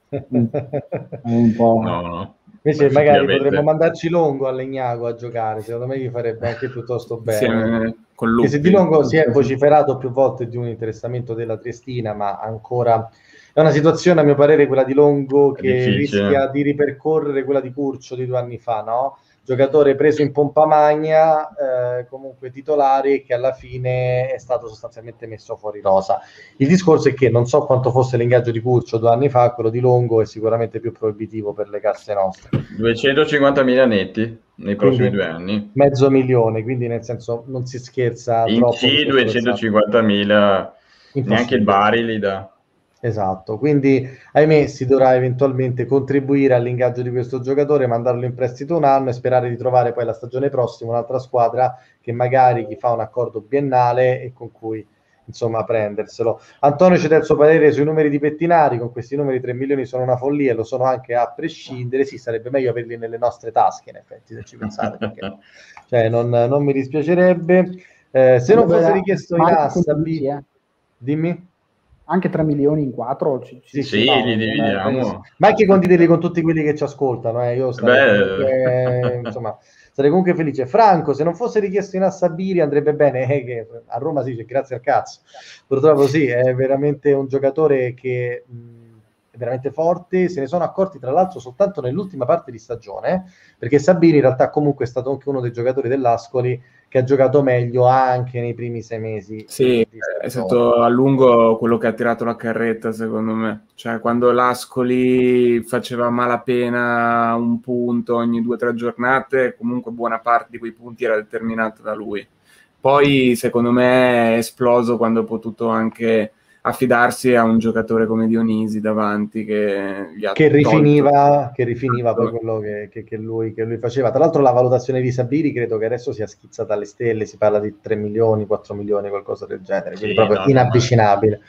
Un po'. No. Invece magari potremmo mandarci Longo a Legnago a giocare, secondo me gli farebbe anche piuttosto bene. Che se di Longo si è vociferato più volte di un interessamento della Triestina, ma ancora è una situazione, a mio parere, quella di Longo che rischia di ripercorrere quella di Curcio di 2 anni fa, no? Giocatore preso in pompa magna, comunque titolare, che alla fine è stato sostanzialmente messo fuori rosa. Il discorso è che non so quanto fosse l'ingaggio di Curcio 2 anni fa, quello di Longo è sicuramente più proibitivo per le casse nostre. 250.000 netti nei prossimi 2 anni. 500.000, quindi nel senso non si scherza in troppo. C 250.000, neanche il Bari li dà. Esatto, quindi ahimè si dovrà eventualmente contribuire all'ingaggio di questo giocatore, mandarlo in prestito 1 anno e sperare di trovare poi la stagione prossima un'altra squadra che magari gli fa un accordo biennale e con cui insomma prenderselo. Antonio ci dà il suo parere sui numeri di Pettinari. Con questi numeri 3 milioni sono una follia, lo sono anche a prescindere. Sì, sarebbe meglio averli nelle nostre tasche, in effetti, se ci pensate, perché no? Cioè non mi dispiacerebbe. Se non fosse richiesto in assa, dimmi. Anche 3 milioni in 4 sì, li dividiamo. Ma anche condividerli con tutti quelli che ci ascoltano, io starei insomma, sarei comunque felice. Franco, se non fosse richiesto in Assabiri andrebbe bene, che a Roma si dice grazie al cazzo. Purtroppo sì, è veramente un giocatore che è veramente forte. Se ne sono accorti tra l'altro soltanto nell'ultima parte di stagione, perché Sabini in realtà comunque è stato anche uno dei giocatori dell'Ascoli che ha giocato meglio anche nei primi 6 mesi. Sì, è stato a lungo quello che ha tirato la carretta, secondo me. Cioè, quando l'Ascoli faceva malapena un punto ogni 2 o 3 giornate, comunque buona parte di quei punti era determinata da lui. Poi, secondo me, è esploso quando ha potuto anche affidarsi a un giocatore come Dionisi davanti che rifiniva poi quello che lui faceva. Tra l'altro la valutazione di Sabiri credo che adesso sia schizzata alle stelle, si parla di 3 milioni, 4 milioni, qualcosa del genere, quindi proprio inavvicinabile.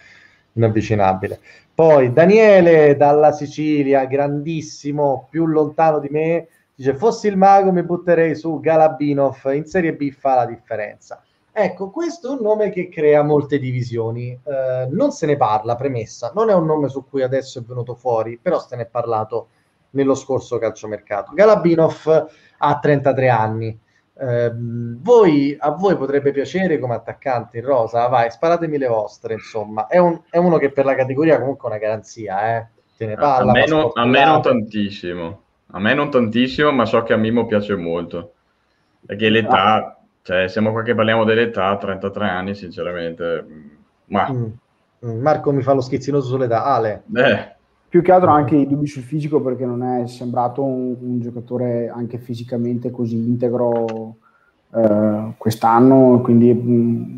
Poi Daniele dalla Sicilia, grandissimo, più lontano di me, dice: fossi il mago mi butterei su Galabinov, in Serie B fa la differenza. Ecco, questo è un nome che crea molte divisioni, non se ne parla, premessa, non è un nome su cui adesso è venuto fuori, però se ne è parlato nello scorso calciomercato. Galabinov ha 33 anni, a voi potrebbe piacere come attaccante in rosa? Vai, sparatemi le vostre, insomma, è uno che per la categoria comunque è una garanzia, te ne parla. A me non tantissimo, ma so che a Mimmo piace molto, perché l'età... Cioè, siamo qua che parliamo dell'età, 33 anni, sinceramente. Marco mi fa lo schizzinoso sull'età. Ale? Più che altro anche i dubbi sul fisico, perché non è sembrato un giocatore anche fisicamente così integro quest'anno, quindi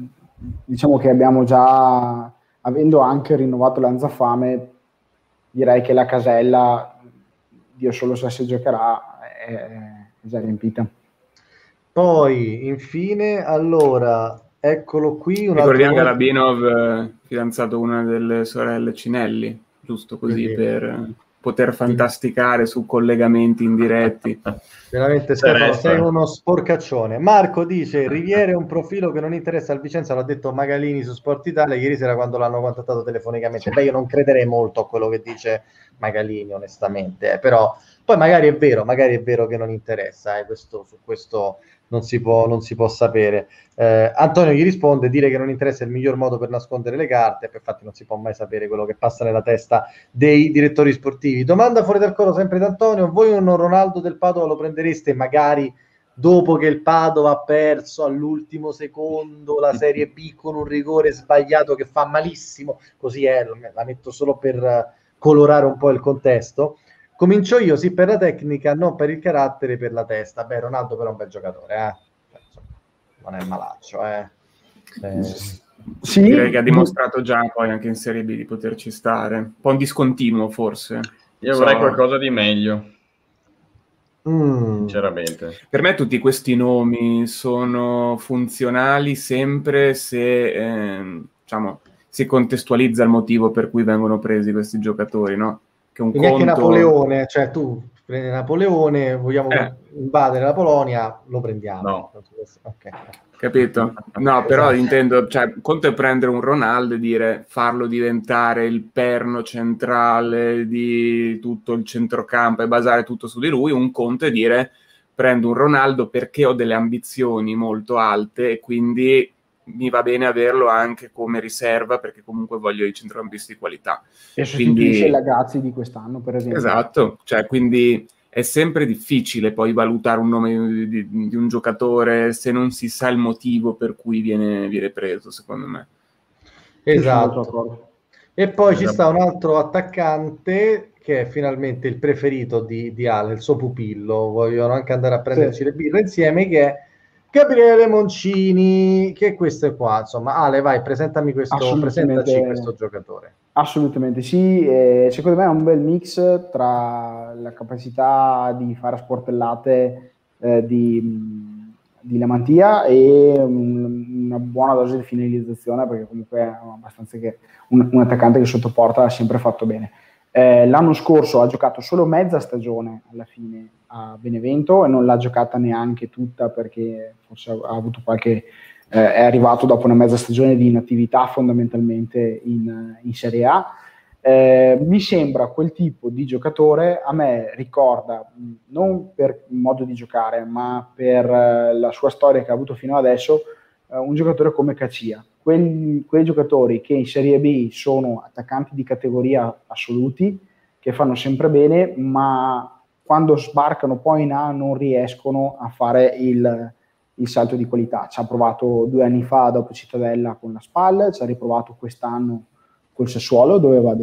diciamo che abbiamo già, avendo anche rinnovato Lanzafame, direi che la casella, Dio solo sa se giocherà, è già riempita. Poi, infine, allora, eccolo qui. Ricordiamo che Labinov fidanzato una delle sorelle Cinelli, giusto così, per poter fantasticare su collegamenti indiretti. Veramente Stefano, sei uno sporcaccione. Marco dice: Riviere è un profilo che non interessa al Vicenza, l'ha detto Magalini su Sport Italia ieri sera quando l'hanno contattato telefonicamente. Beh, io non crederei molto a quello che dice Magalini, onestamente, però poi magari è vero che non interessa, su questo non si può sapere. Antonio gli risponde: dire che non interessa è il miglior modo per nascondere le carte, infatti non si può mai sapere quello che passa nella testa dei direttori sportivi. Domanda fuori dal coro sempre da Antonio: voi un Ronaldo del Padova lo prendereste magari dopo che il Padova ha perso all'ultimo secondo la Serie B con un rigore sbagliato che fa malissimo? Così è, la metto solo per colorare un po' il contesto. Comincio io, sì, per la tecnica, non per il carattere, per la testa. Beh, Ronaldo però è un bel giocatore, non è malaccio, Sì, direi che ha dimostrato già poi anche in Serie B di poterci stare. Un po' un discontinuo forse. Io vorrei qualcosa di meglio. Sinceramente. Per me tutti questi nomi sono funzionali sempre se diciamo, si contestualizza il motivo per cui vengono presi questi giocatori, no? Che un conto... Anche Napoleone, cioè tu prendi Napoleone, vogliamo invadere la Polonia, lo prendiamo. No. Okay. Capito? No, però esatto. Intendo, cioè, conto è prendere un Ronaldo e dire farlo diventare il perno centrale di tutto il centrocampo e basare tutto su di lui. Un conto è dire prendo un Ronaldo perché ho delle ambizioni molto alte e quindi mi va bene averlo anche come riserva perché comunque voglio i centrocampisti di qualità. E sostituisce il Lagazzi di quest'anno, per esempio. Esatto, cioè quindi è sempre difficile poi valutare un nome di un giocatore se non si sa il motivo per cui viene preso, secondo me. Esatto. E poi ci sta un altro attaccante che è finalmente il preferito di Ale, il suo pupillo. Vogliono anche andare a prenderci le birre insieme, che è Gabriele Moncini, che questo è qua. Insomma, Ale, vai, presentaci questo giocatore. Assolutamente sì, secondo me è un bel mix tra la capacità di fare sportellate di Lamantia e una buona dose di finalizzazione, perché comunque è abbastanza che un attaccante che sotto porta ha sempre fatto bene. L'anno scorso ha giocato solo mezza stagione alla fine a Benevento e non l'ha giocata neanche tutta perché forse ha avuto qualche... è arrivato dopo una mezza stagione di inattività fondamentalmente in Serie A. Mi sembra quel tipo di giocatore, a me ricorda, non per il modo di giocare, ma per la sua storia che ha avuto fino adesso, un giocatore come Cacia. Quei giocatori che in Serie B sono attaccanti di categoria assoluti, che fanno sempre bene, ma quando sbarcano poi in A non riescono a fare il salto di qualità. Ci ha provato 2 anni fa dopo Cittadella con la SPAL, ci ha riprovato quest'anno col Sassuolo,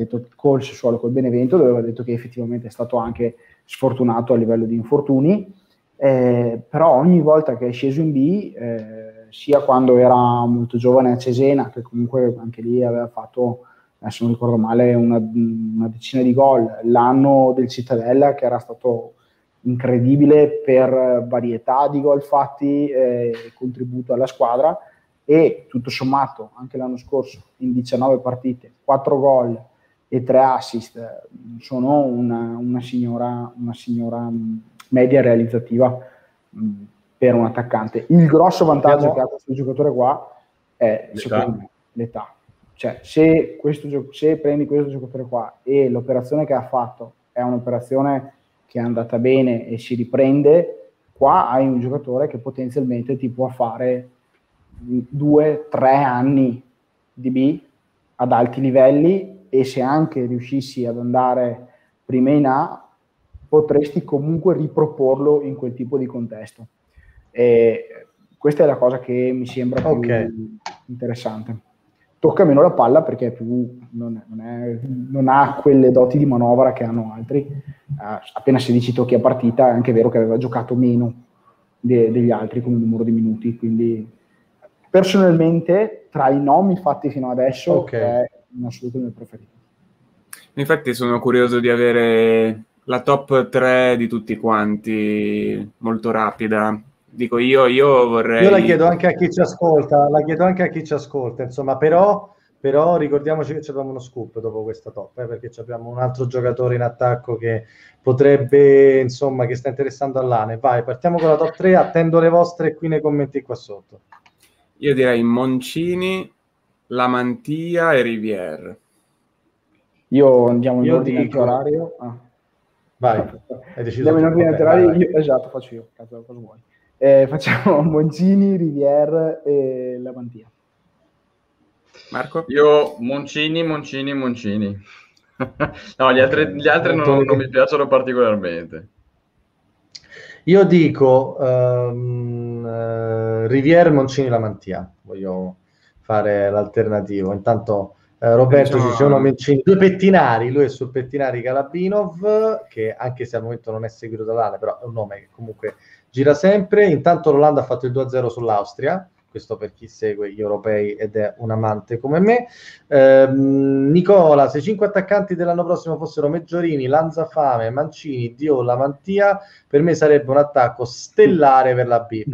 col Benevento, dove aveva detto che effettivamente è stato anche sfortunato a livello di infortuni, però ogni volta che è sceso in B, sia quando era molto giovane a Cesena, che comunque anche lì aveva fatto, se non ricordo male, una decina di gol, l'anno del Cittadella che era stato incredibile per varietà di gol fatti e contributo alla squadra, e tutto sommato anche l'anno scorso in 19 partite 4 gol e 3 assist sono una signora media realizzativa per un attaccante. Il grosso vantaggio che ha questo giocatore qua è secondo me l'età, cioè se prendi questo giocatore qua e l'operazione che ha fatto è un'operazione che è andata bene e si riprende, qua hai un giocatore che potenzialmente ti può fare 2-3 anni di B ad alti livelli, e se anche riuscissi ad andare prima in A potresti comunque riproporlo in quel tipo di contesto. E questa è la cosa che mi sembra più interessante. Tocca meno la palla perché è più, non ha quelle doti di manovra che hanno altri. Appena 16 tocchi a partita, è anche vero che aveva giocato meno degli altri come numero di minuti, quindi personalmente, tra i nomi fatti fino adesso, è in assoluto il mio preferito. Infatti sono curioso di avere la top 3 di tutti quanti, molto rapida. Dico io vorrei... Io la chiedo anche a chi ci ascolta, insomma, però ricordiamoci che abbiamo uno scoop dopo questa top, perché abbiamo un altro giocatore in attacco che potrebbe, insomma, che sta interessando all'ANE. Vai, partiamo con la top 3, attendo le vostre qui nei commenti qua sotto. Io direi Moncini, Lamantia e Rivière. Io andiamo in ordine orario. Vai, hai deciso. Andiamo in ordine orario, esatto, faccio io, cosa vuoi. Facciamo Moncini, Rivière e Lamantia. Marco? Io Moncini. No, gli altri non mi piacciono particolarmente. Io dico Rivière, Moncini, Lamantia. Voglio fare l'alternativo. Intanto Roberto ci dice uno Moncini, 2 pettinari, lui è sul pettinari Galabinov, che anche se al momento non è seguito dall'ANE, però è un nome che comunque gira sempre. Intanto l'Olanda ha fatto il 2-0 sull'Austria, questo per chi segue gli europei ed è un amante come me. Nicola, se 5 attaccanti dell'anno prossimo fossero Meggiorini, Lanzafame, Mancini, Dio, Lamantia, per me sarebbe un attacco stellare per la B.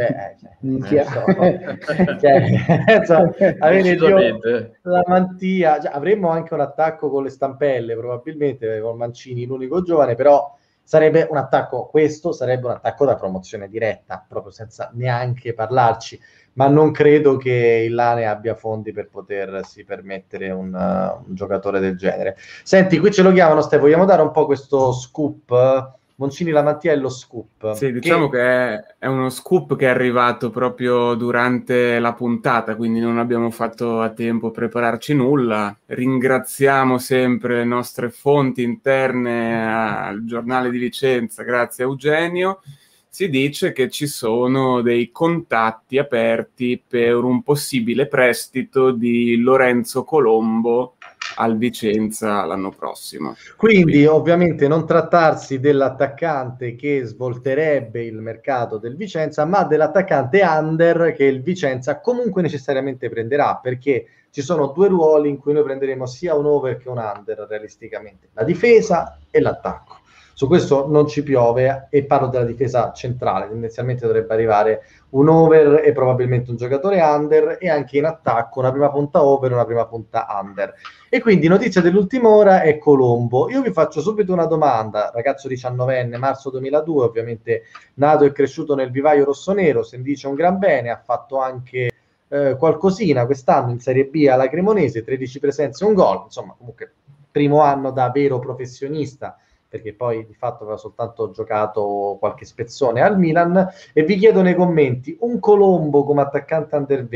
Avere Dio, Lamantia, avremmo anche un attacco con le stampelle, probabilmente con Mancini l'unico giovane, però sarebbe un attacco, questo sarebbe un attacco da promozione diretta, proprio senza neanche parlarci, ma non credo che il Lane abbia fondi per potersi permettere un giocatore del genere. Senti, qui ce lo chiamano, Ste, vogliamo dare un po' questo scoop? Moncini Lamantia è lo scoop. Sì, diciamo che è uno scoop che è arrivato proprio durante la puntata, quindi non abbiamo fatto a tempo prepararci nulla. Ringraziamo sempre le nostre fonti interne al giornale di Vicenza, grazie a Eugenio. Si dice che ci sono dei contatti aperti per un possibile prestito di Lorenzo Colombo al Vicenza l'anno prossimo. Quindi ovviamente non trattarsi dell'attaccante che svolterebbe il mercato del Vicenza, ma dell'attaccante under che il Vicenza comunque necessariamente prenderà, perché ci sono 2 ruoli in cui noi prenderemo sia un over che un under realisticamente, la difesa e l'attacco. Su questo non ci piove e parlo della difesa centrale, tendenzialmente dovrebbe arrivare un over e probabilmente un giocatore under, e anche in attacco una prima punta over e una prima punta under. E quindi notizia dell'ultima ora è Colombo. Io vi faccio subito una domanda, ragazzo 19enne, marzo 2002, ovviamente nato e cresciuto nel vivaio rossonero, se ne dice un gran bene, ha fatto anche qualcosina quest'anno in Serie B alla Cremonese, 13 presenze e un gol, insomma comunque primo anno da vero professionista, perché poi di fatto aveva soltanto giocato qualche spezzone al Milan. E vi chiedo nei commenti un Colombo come attaccante under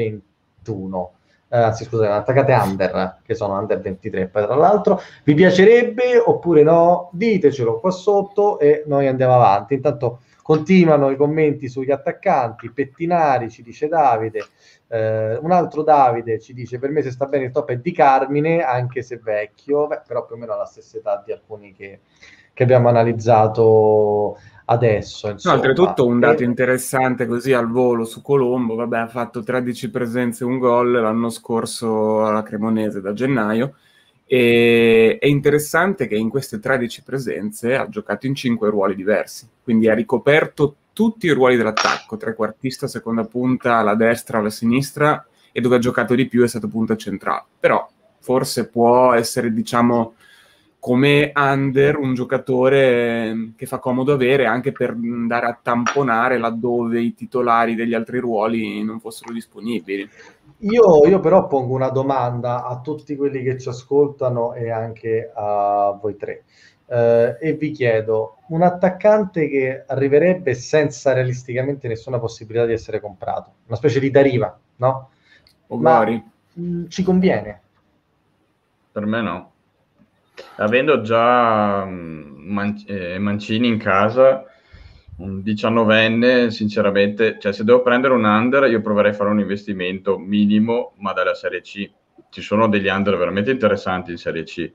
21, anzi scusate, attaccate under, che sono under 23 poi tra l'altro, vi piacerebbe oppure no? Ditecelo qua sotto e noi andiamo avanti. Intanto continuano i commenti sugli attaccanti. Pettinari, ci dice Davide. Un altro Davide ci dice: per me se sta bene il top è Di Carmine, anche se vecchio. Beh, però più o meno alla stessa età di alcuni che abbiamo analizzato adesso, insomma. No, oltretutto un dato interessante così al volo su Colombo, vabbè, ha fatto 13 presenze e un gol l'anno scorso alla Cremonese da gennaio, e è interessante che in queste 13 presenze ha giocato in 5 ruoli diversi, quindi ha ricoperto tutti i ruoli dell'attacco, trequartista, seconda punta, alla destra, alla sinistra, e dove ha giocato di più è stato punta centrale. Però forse può essere, diciamo, come under un giocatore che fa comodo avere anche per andare a tamponare laddove i titolari degli altri ruoli non fossero disponibili. Io però pongo una domanda a tutti quelli che ci ascoltano e anche a voi tre, e vi chiedo: un attaccante che arriverebbe senza realisticamente nessuna possibilità di essere comprato, una specie di Dariva, no? Ogori. Ma ci conviene? Per me no. Avendo già Mancini in casa, un 19enne, sinceramente, cioè se devo prendere un under io proverei a fare un investimento minimo, ma dalla Serie C. Ci sono degli under veramente interessanti in Serie C.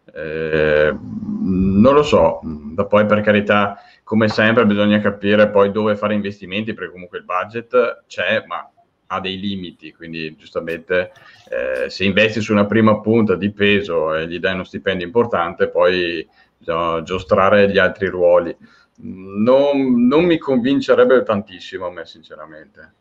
Non lo so, da poi per carità, come sempre bisogna capire poi dove fare investimenti, perché comunque il budget c'è, ma ha dei limiti, quindi giustamente se investi su una prima punta di peso e gli dai uno stipendio importante, poi bisogna giostrare gli altri ruoli. Non mi convincerebbe tantissimo a me, sinceramente.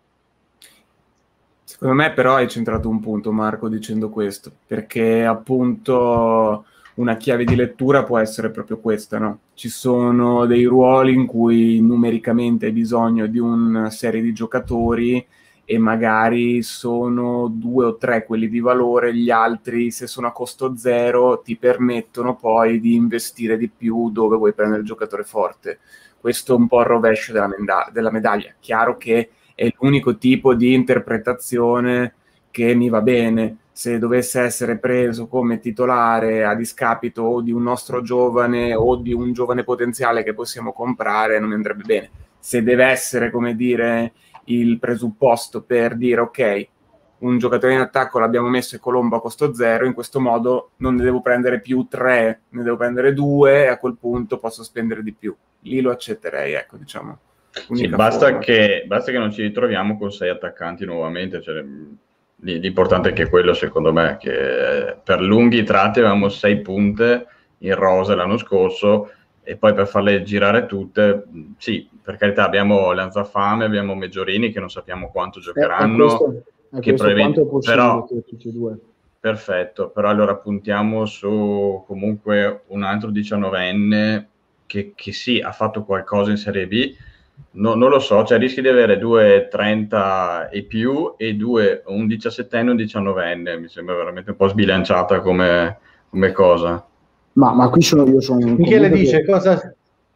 Secondo me però hai centrato un punto, Marco, dicendo questo, perché appunto una chiave di lettura può essere proprio questa, no? Ci sono dei ruoli in cui numericamente hai bisogno di una serie di giocatori e magari sono 2 o 3 quelli di valore, gli altri, se sono a costo zero, ti permettono poi di investire di più dove vuoi prendere il giocatore forte. Questo è un po' il rovescio della medaglia. Chiaro che è l'unico tipo di interpretazione che mi va bene. Se dovesse essere preso come titolare a discapito o di un nostro giovane o di un giovane potenziale che possiamo comprare, non mi andrebbe bene. Se deve essere, come dire, il presupposto per dire ok, un giocatore in attacco l'abbiamo messo e Colombo a costo zero, in questo modo non ne devo prendere più 3, ne devo prendere 2 e a quel punto posso spendere di più. Lì lo accetterei, ecco, diciamo. Sì, basta che non ci ritroviamo con 6 attaccanti nuovamente, cioè, l'importante è che quello, secondo me, che per lunghi tratti avevamo 6 punte in rosa l'anno scorso e poi per farle girare tutte, sì, per carità, abbiamo Lanzafame, abbiamo Meggiorini che non sappiamo quanto giocheranno, che quanto è possibile, però, tutti e due. Perfetto, però allora puntiamo su comunque un altro 19enne che sì, ha fatto qualcosa in Serie B. Non lo so, cioè rischi di avere 2 30 e più e un 17enne e un 19enne, mi sembra veramente un po' sbilanciata come cosa. Ma qui io sono Michele dice cosa?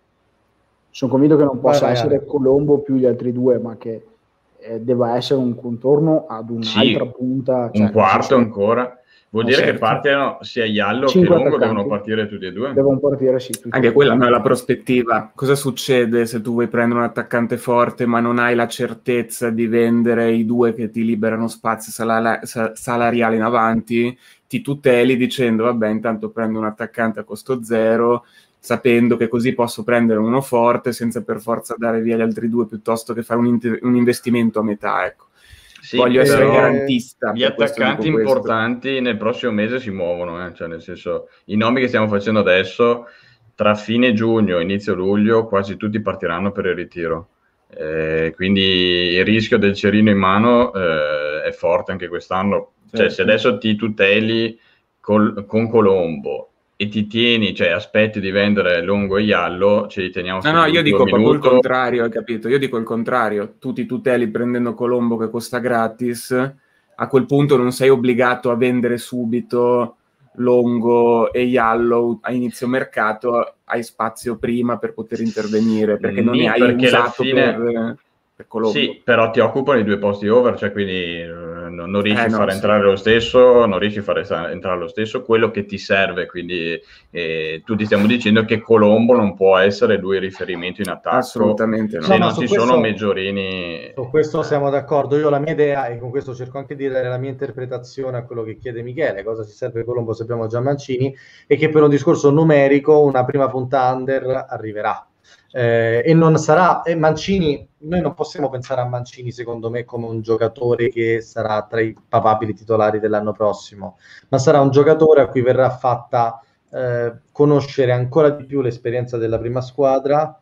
Sono convinto che non possa essere Colombo più gli altri 2, ma che debba essere un contorno ad un'altra punta. Cioè, un quarto ancora. Vuol dire che partiano sia Iallo che Longo, devono partire tutti e 2? Devono partire, sì. Anche quella non è la prospettiva. Cosa succede se tu vuoi prendere un attaccante forte ma non hai la certezza di vendere i 2 che ti liberano spazi salariali in avanti? Ti tuteli dicendo vabbè, intanto prendo un attaccante a costo zero, sapendo che così posso prendere uno forte senza per forza dare via gli altri 2 piuttosto che fare un investimento a metà, ecco. Sì, voglio essere garantista. Gli attaccanti importanti nel prossimo mese si muovono, cioè nel senso, i nomi che stiamo facendo adesso, tra fine giugno e inizio luglio, quasi tutti partiranno per il ritiro. Quindi il rischio del cerino in mano è forte anche quest'anno. Certo. Cioè, se adesso ti tuteli con Colombo e ti tieni, cioè aspetti di vendere Longo e Iallo, ce li teniamo. No, io dico proprio il contrario, hai capito? Io dico il contrario. Tu ti tuteli prendendo Colombo che costa gratis, a quel punto non sei obbligato a vendere subito Longo e Iallo a inizio mercato, hai spazio prima per poter intervenire, perché non ne hai usato per Colombo. Sì, però ti occupano i 2 posti over, cioè quindi non riesci a far entrare lo stesso, non riesci a fare entrare lo stesso quello che ti serve, quindi tutti stiamo dicendo che Colombo non può essere lui il riferimento in attacco. Assolutamente no. Se non ci sono Meggiorini. Su questo siamo d'accordo. Io la mia idea, e con questo cerco anche di dare la mia interpretazione a quello che chiede Michele, cosa ci serve Colombo se abbiamo già Mancini, è che per un discorso numerico una prima punta under arriverà. E non sarà Mancini, noi non possiamo pensare a Mancini secondo me come un giocatore che sarà tra i papabili titolari dell'anno prossimo, ma sarà un giocatore a cui verrà fatta conoscere ancora di più l'esperienza della prima squadra,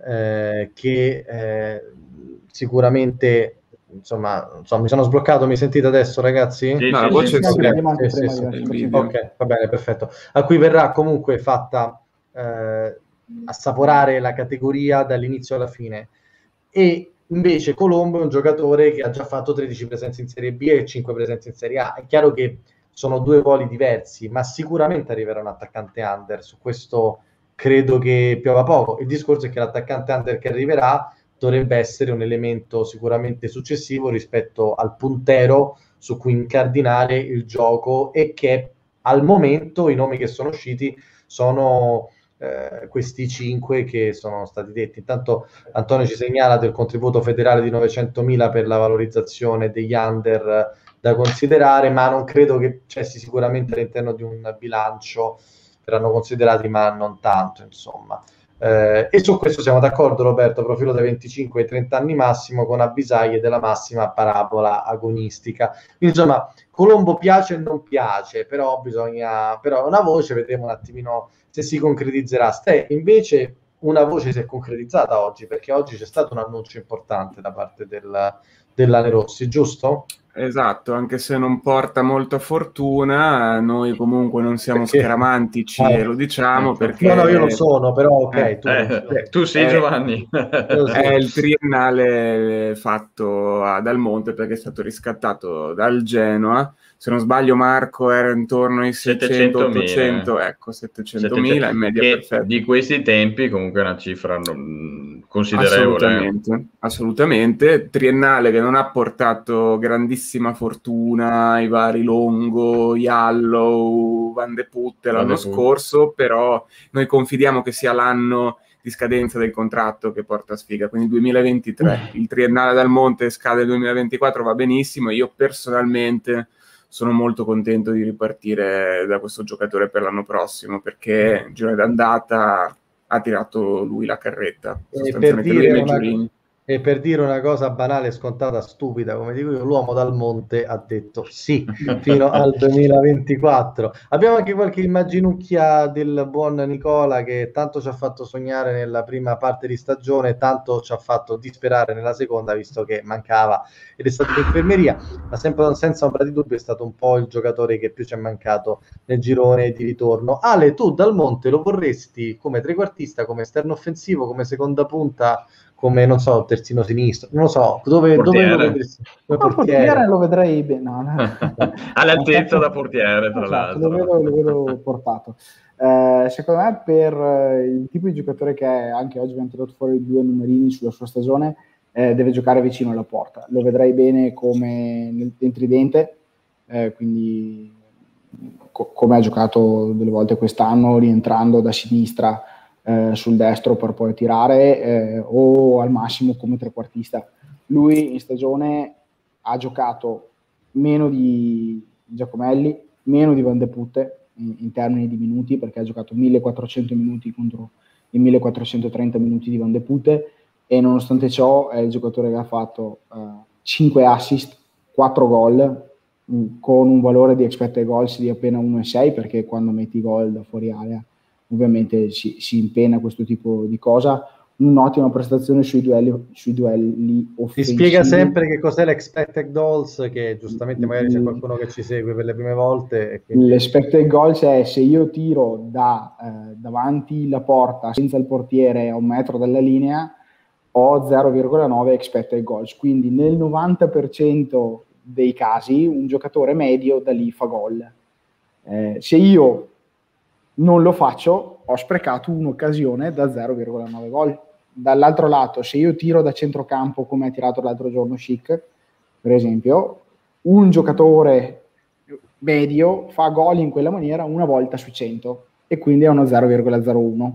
che sicuramente insomma mi sono sbloccato. Mi sentite adesso, ragazzi? Sì, no, la voce ok, va bene, perfetto. A cui verrà comunque fatta assaporare la categoria dall'inizio alla fine. E invece Colombo è un giocatore che ha già fatto 13 presenze in Serie B e 5 presenze in Serie A. È chiaro che sono 2 ruoli diversi, ma sicuramente arriverà un attaccante under, su questo credo che piova poco. Il discorso è che l'attaccante under che arriverà dovrebbe essere un elemento sicuramente successivo rispetto al puntero su cui incardinare il gioco, e che al momento i nomi che sono usciti sono questi 5 che sono stati detti. Intanto Antonio ci segnala del contributo federale di 900.000 per la valorizzazione degli under da considerare, ma non credo che cessi sicuramente all'interno di un bilancio, verranno considerati ma non tanto, insomma. E su questo siamo d'accordo, Roberto, profilo da 25 ai 30 anni massimo, con avvisaglie della massima parabola agonistica. Quindi insomma, Colombo piace e non piace, però però è una voce, vedremo un attimino se si concretizzerà. Ste, invece una voce si è concretizzata oggi, perché oggi c'è stato un annuncio importante da parte dell'Ane Rossi, giusto? Esatto, anche se non porta molta fortuna, noi comunque non siamo scaramantici e lo diciamo perché... No, io lo sono, però ok, tu sei Giovanni. È il triennale fatto a Dal Monte, perché è stato riscattato dal Genoa. Se non sbaglio, Marco, era intorno ai 700-800, ecco, 700.000 in media perfetta. Di questi tempi comunque è una cifra considerevole. Assolutamente. Triennale che non ha portato grandissima fortuna ai vari Longo, Jallow, Van de Putte l'anno scorso, però noi confidiamo che sia l'anno di scadenza del contratto che porta sfiga, quindi 2023. Il triennale Dal Monte scade nel 2024, va benissimo, e io personalmente sono molto contento di ripartire da questo giocatore per l'anno prossimo, perché il girone d'andata ha tirato lui la carretta, sostanzialmente lui e Meggiorini. E per dire una cosa banale, scontata, stupida, come dico io, l'uomo Dal Monte ha detto sì fino al 2024. Abbiamo anche qualche immaginucchia del buon Nicola, che tanto ci ha fatto sognare nella prima parte di stagione, tanto ci ha fatto disperare nella seconda, visto che mancava ed è stato in infermeria, ma sempre senza ombra di dubbio è stato un po' il giocatore che più ci è mancato nel girone di ritorno. Ale, tu Dal Monte lo vorresti come trequartista, come esterno offensivo, come seconda punta, come, non so, terzino sinistro, non lo so, dove lo vedresti? Portiere lo vedrei bene, all'altezza da portiere, tra l'altro. Lo vedo portato. Secondo me, per il tipo di giocatore che è, anche oggi abbiamo tirato fuori 2 numerini sulla sua stagione, deve giocare vicino alla porta. Lo vedrei bene come nel tridente, quindi come ha giocato delle volte quest'anno, rientrando da sinistra sul destro per poi tirare, o al massimo come trequartista. Lui in stagione ha giocato meno di Giacomelli, meno di Van de Putte in termini di minuti, perché ha giocato 1400 minuti contro i 1430 minuti di Van de Putte, e nonostante ciò è il giocatore che ha fatto 5 assist, 4 gol, con un valore di expected goals di appena 1,6, perché quando metti gol da fuori area ovviamente si impenna questo tipo di cosa. Un'ottima prestazione sui duelli offensivi. Si spiega sempre che cos'è l'expected goals, che giustamente magari c'è qualcuno che ci segue per le prime volte. E quindi... L'expected goals è se io tiro davanti la porta senza il portiere a 1 metro dalla linea, ho 0,9 expected goals, quindi nel 90% dei casi un giocatore medio da lì fa gol. Se io non lo faccio, ho sprecato un'occasione da 0,9 gol. Dall'altro lato, se io tiro da centrocampo come ha tirato l'altro giorno Schick, per esempio, un giocatore medio fa gol in quella maniera una volta su 100, e quindi è uno 0,01,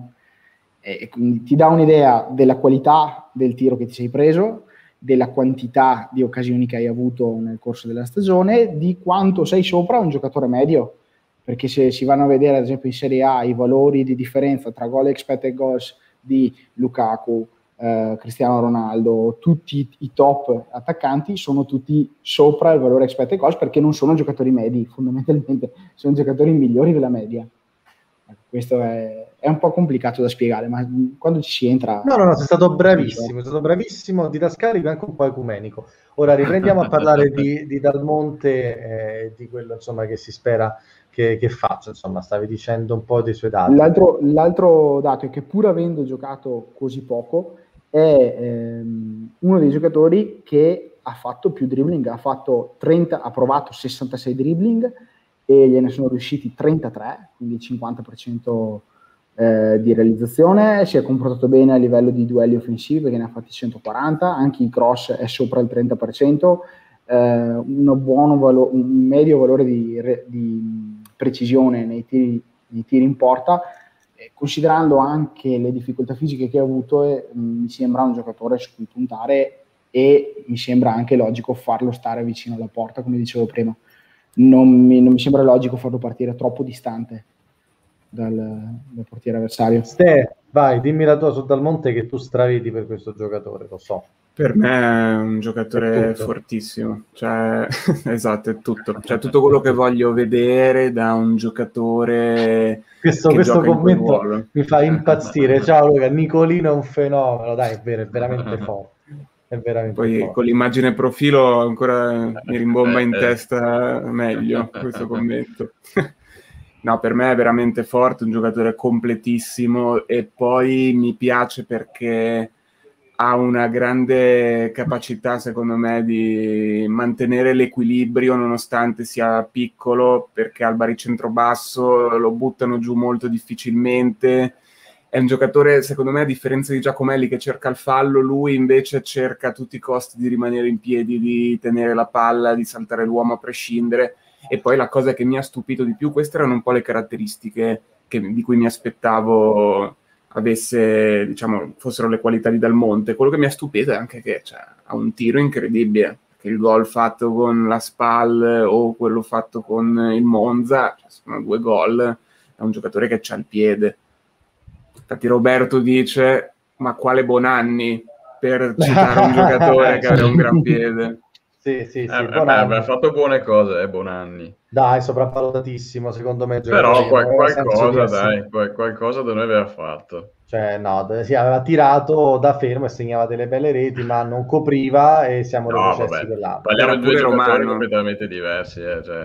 e quindi ti dà un'idea della qualità del tiro che ti sei preso, della quantità di occasioni che hai avuto nel corso della stagione, di quanto sei sopra un giocatore medio. Perché se si vanno a vedere ad esempio in Serie A i valori di differenza tra gol e expected goals di Lukaku, Cristiano Ronaldo, tutti i top attaccanti sono tutti sopra il valore expected goals, perché non sono giocatori medi, fondamentalmente sono giocatori migliori della media. Questo è un po' complicato da spiegare, ma quando ci si entra... No, sei stato bravissimo, didascalico e anche un po' ecumenico. Ora riprendiamo a parlare di Dal Monte, di quello insomma che si spera che faccia, insomma, stavi dicendo un po' dei suoi dati. L'altro dato è che, pur avendo giocato così poco, è uno dei giocatori che ha fatto più dribbling, ha provato 66 dribbling e gliene sono riusciti 33, quindi il 50% di realizzazione. Si è comportato bene a livello di duelli offensivi, perché ne ha fatti 140, anche i cross è sopra il 30%, un medio valore di precisione nei tiri in porta, considerando anche le difficoltà fisiche che ha avuto. Mi sembra un giocatore su cui puntare, e mi sembra anche logico farlo stare vicino alla porta, come dicevo prima. Non mi sembra logico farlo partire troppo distante. dal portiere avversario. Ste, vai, dimmi la tua su Dal Monte, che tu stravedi per questo giocatore, lo so. Per me è un giocatore fortissimo, cioè, esatto, è tutto. Cioè, tutto quello che voglio vedere da un giocatore questo commento mi fa impazzire. Ciao Luca, Nicolino è un fenomeno, dai, è vero, è veramente forte. È veramente Poi forte. con l'immagine profilo ancora mi rimbomba in testa meglio questo commento. No, per me è veramente forte, un giocatore completissimo, e poi mi piace perché ha una grande capacità, secondo me, di mantenere l'equilibrio nonostante sia piccolo, perché al baricentro basso lo buttano giù molto difficilmente. È un giocatore, secondo me, a differenza di Giacomelli che cerca il fallo, lui invece cerca a tutti i costi di rimanere in piedi, di tenere la palla, di saltare l'uomo a prescindere. E poi la cosa che mi ha stupito di più, queste erano un po' le caratteristiche di cui mi aspettavo avesse, diciamo, fossero le qualità di Dal Monte. Quello che mi ha stupito è anche che ha un tiro incredibile, che il gol fatto con la SPAL o quello fatto con il Monza, sono 2 gol, è un giocatore che c'ha il piede. Infatti Roberto dice, ma quale Bonanni, per citare un giocatore che aveva un gran piede. Sì, ha fatto buone cose, Bonanni. Dai, sopravvalutatissimo, secondo me. Però qualcosa, dai, qualcosa da noi aveva fatto. Cioè, no, aveva tirato da fermo e segnava delle belle reti, ma non copriva e siamo retrocessi quell'anno. Parliamo di 2 giocatori completamente diversi.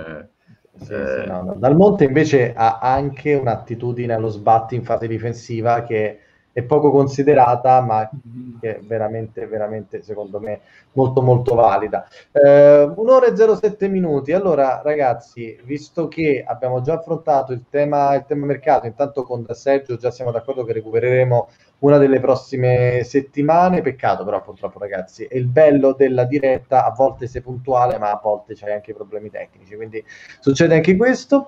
No. Dal Monte invece ha anche un'attitudine allo sbatti in fase difensiva che è poco considerata, ma che è veramente, veramente, secondo me, molto, molto valida. 1 ora e 07 minuti. Allora, ragazzi, visto che abbiamo già affrontato il tema mercato, intanto con Sergio già siamo d'accordo che recupereremo una delle prossime settimane. Peccato, però, purtroppo, ragazzi, è il bello della diretta, a volte sei puntuale, ma a volte c'hai anche problemi tecnici, quindi succede anche questo.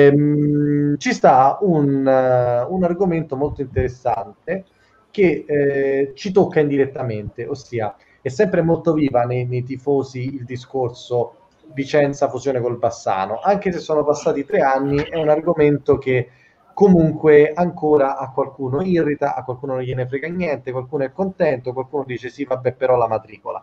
Ci sta un argomento molto interessante che ci tocca indirettamente, ossia è sempre molto viva nei tifosi il discorso Vicenza fusione col Bassano, anche se sono passati 3 anni, è un argomento che comunque ancora a qualcuno irrita, a qualcuno non gliene frega niente, qualcuno è contento, qualcuno dice sì, vabbè, però la matricola.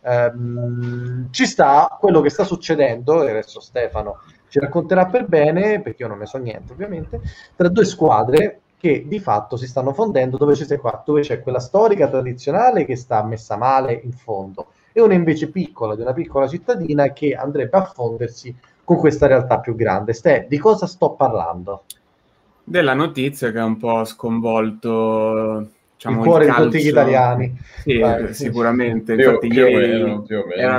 Ci sta quello che sta succedendo, e adesso Stefano ci racconterà per bene, perché io non ne so niente ovviamente, tra 2 squadre che di fatto si stanno fondendo, dove c'è quella storica tradizionale che sta messa male in fondo e una invece piccola, di una piccola cittadina che andrebbe a fondersi con questa realtà più grande. Ste, di cosa sto parlando? Della notizia che ha un po' sconvolto, diciamo, il cuore di tutti gli italiani. Sì, sicuramente. Infatti ieri era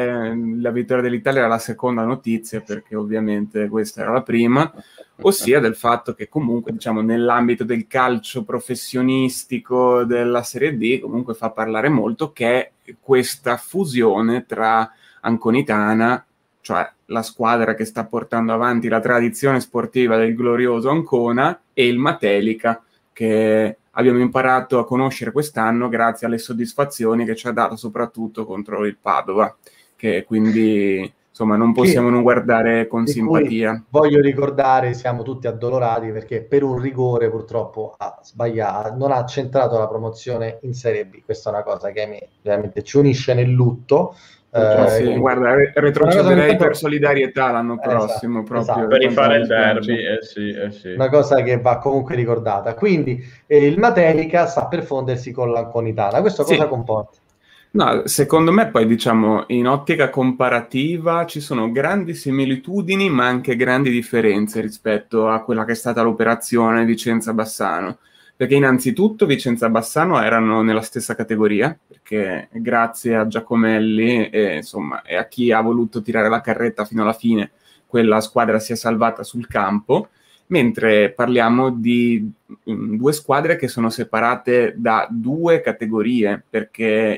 la vittoria dell'Italia era la seconda notizia, perché ovviamente questa era la prima, ossia del fatto che comunque, diciamo, nell'ambito del calcio professionistico della Serie D comunque fa parlare molto che questa fusione tra Anconitana, cioè la squadra che sta portando avanti la tradizione sportiva del glorioso Ancona, e il Matelica, che abbiamo imparato a conoscere quest'anno grazie alle soddisfazioni che ci ha dato soprattutto contro il Padova, che quindi insomma non possiamo non guardare con simpatia. Voglio ricordare, siamo tutti addolorati perché per un rigore purtroppo ha sbagliato, non ha centrato la promozione in Serie B. Questa è una cosa che a me veramente ci unisce nel lutto. Sì, guarda, retrocederei per solidarietà l'anno prossimo, proprio per rifare il derby. Sì. Una cosa che va comunque ricordata. Quindi il Matelica sta per fondersi con l'Anconitana. Questo cosa comporta? No, secondo me poi, diciamo, in ottica comparativa ci sono grandi similitudini ma anche grandi differenze rispetto a quella che è stata l'operazione Vicenza-Bassano, perché innanzitutto Vicenza e Bassano erano nella stessa categoria, perché grazie a Giacomelli e a chi ha voluto tirare la carretta fino alla fine, quella squadra si è salvata sul campo, mentre parliamo di 2 squadre che sono separate da 2 categorie, perché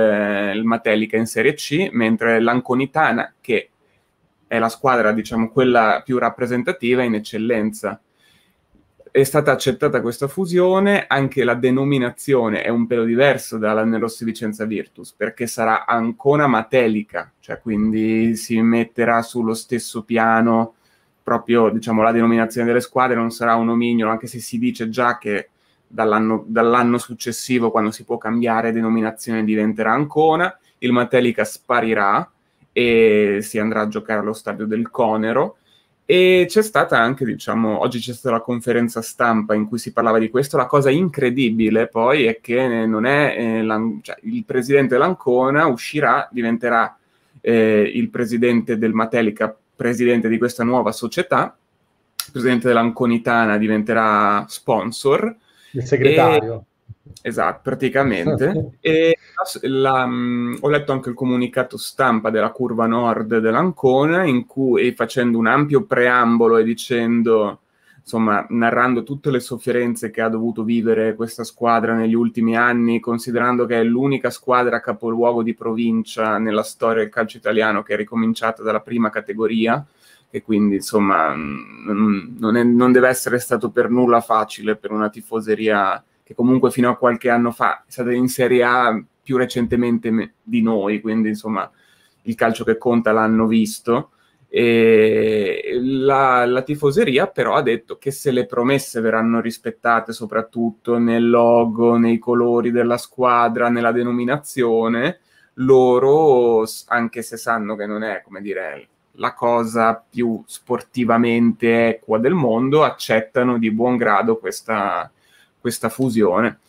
il Matelica è in Serie C, mentre l'Anconitana, che è la squadra, diciamo, quella più rappresentativa, in eccellenza. È stata accettata questa fusione, anche la denominazione è un pelo diverso da Lanerossi Vicenza Virtus, perché sarà Ancona Matelica, cioè quindi si metterà sullo stesso piano proprio, diciamo, la denominazione delle squadre non sarà un nomignolo, anche se si dice già che dall'anno successivo, quando si può cambiare denominazione, diventerà Ancona. Il Matelica sparirà e si andrà a giocare allo stadio del Conero. E c'è stata anche, diciamo, oggi c'è stata la conferenza stampa in cui si parlava di questo. La cosa incredibile poi è che non è cioè, il presidente dell'Ancona uscirà, diventerà il presidente del Matelica, presidente di questa nuova società. Il presidente dell'Anconitana diventerà sponsor. Il segretario. Esatto, praticamente. E ho letto anche il comunicato stampa della Curva Nord dell'Ancona, in cui, facendo un ampio preambolo e dicendo, insomma, narrando tutte le sofferenze che ha dovuto vivere questa squadra negli ultimi anni, considerando che è l'unica squadra capoluogo di provincia nella storia del calcio italiano che è ricominciata dalla prima categoria, e quindi, insomma, non deve essere stato per nulla facile per una tifoseria che comunque fino a qualche anno fa è stata in Serie A più recentemente di noi, quindi, insomma, il calcio che conta l'hanno visto. E la tifoseria però ha detto che se le promesse verranno rispettate, soprattutto nel logo, nei colori della squadra, nella denominazione, loro, anche se sanno che non è, come dire, la cosa più sportivamente equa del mondo, accettano di buon grado questa fusione.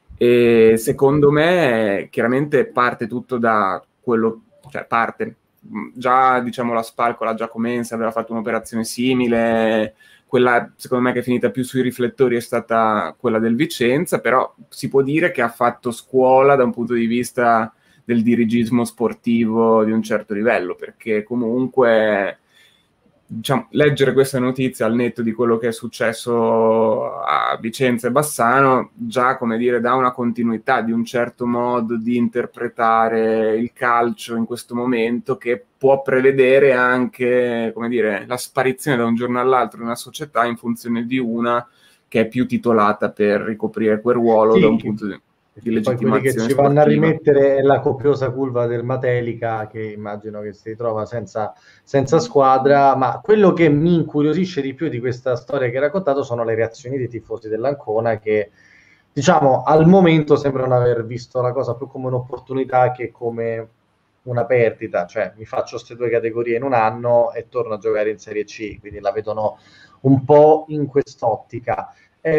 E secondo me chiaramente parte tutto da quello, cioè parte già, diciamo, la Spalco, la Giacomense aveva fatto un'operazione simile. Quella secondo me che è finita più sui riflettori è stata quella del Vicenza, però si può dire che ha fatto scuola da un punto di vista del dirigismo sportivo di un certo livello, perché comunque, diciamo, leggere questa notizia al netto di quello che è successo a Vicenza e Bassano già, come dire, dà una continuità di un certo modo di interpretare il calcio in questo momento, che può prevedere anche, come dire, la sparizione da un giorno all'altro di una società in funzione di una che è più titolata per ricoprire quel ruolo, sì, da un punto di legittimazione. Poi quelli che ci vanno a rimettere è la copiosa curva del Matelica, che immagino che si trova senza squadra, ma quello che mi incuriosisce di più di questa storia che hai raccontato sono le reazioni dei tifosi dell'Ancona, che, diciamo, al momento sembrano aver visto la cosa più come un'opportunità che come una perdita, cioè mi faccio queste due categorie in un anno e torno a giocare in Serie C, quindi la vedono un po' in quest'ottica. C'è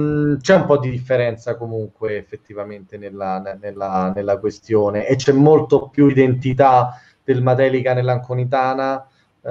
un po' di differenza comunque effettivamente nella questione, e c'è molto più identità del Matelica nell'Anconitana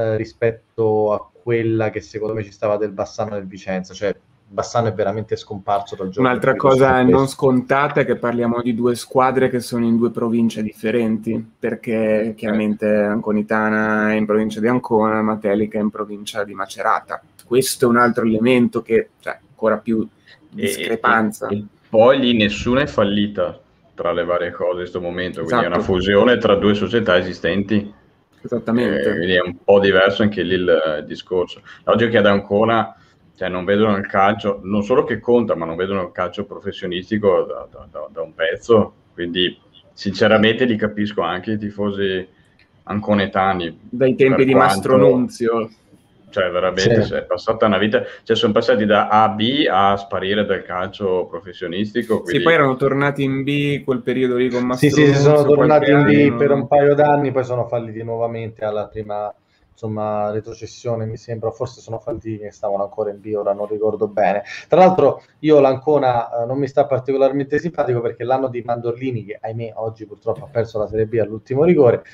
rispetto a quella che secondo me ci stava del Bassano e del Vicenza, cioè Bassano è veramente scomparso dal gioco. Un'altra cosa non scontata è che parliamo di due squadre che sono in due province differenti, perché chiaramente Anconitana è in provincia di Ancona, Matelica è in provincia di Macerata. Questo è un altro elemento che, cioè, ancora più discrepanza. E poi lì nessuna è fallita tra le varie cose in questo momento, quindi esatto, è una fusione tra due società esistenti. Esattamente. Quindi è un po' diverso anche lì il discorso. Oggi che ad Ancona, cioè, non vedono il calcio, non solo che conta, ma non vedono il calcio professionistico da un pezzo, quindi sinceramente li capisco anche i tifosi anconetani. Dai tempi di Mastro Nunzio. Cioè veramente è passata una vita, cioè sono passati da A a B a sparire dal calcio professionistico. Quindi... Sì, poi erano tornati in B quel periodo lì con Mastro Nunzio. Sì, sono tornati in B per un paio d'anni, poi sono falliti nuovamente alla prima, insomma, retrocessione, mi sembra, forse sono falliti che stavano ancora in B, ora non ricordo bene. Tra l'altro io l'Ancona non mi sta particolarmente simpatico, perché l'anno di Mandorlini, che ahimè oggi purtroppo ha perso la Serie B all'ultimo rigore,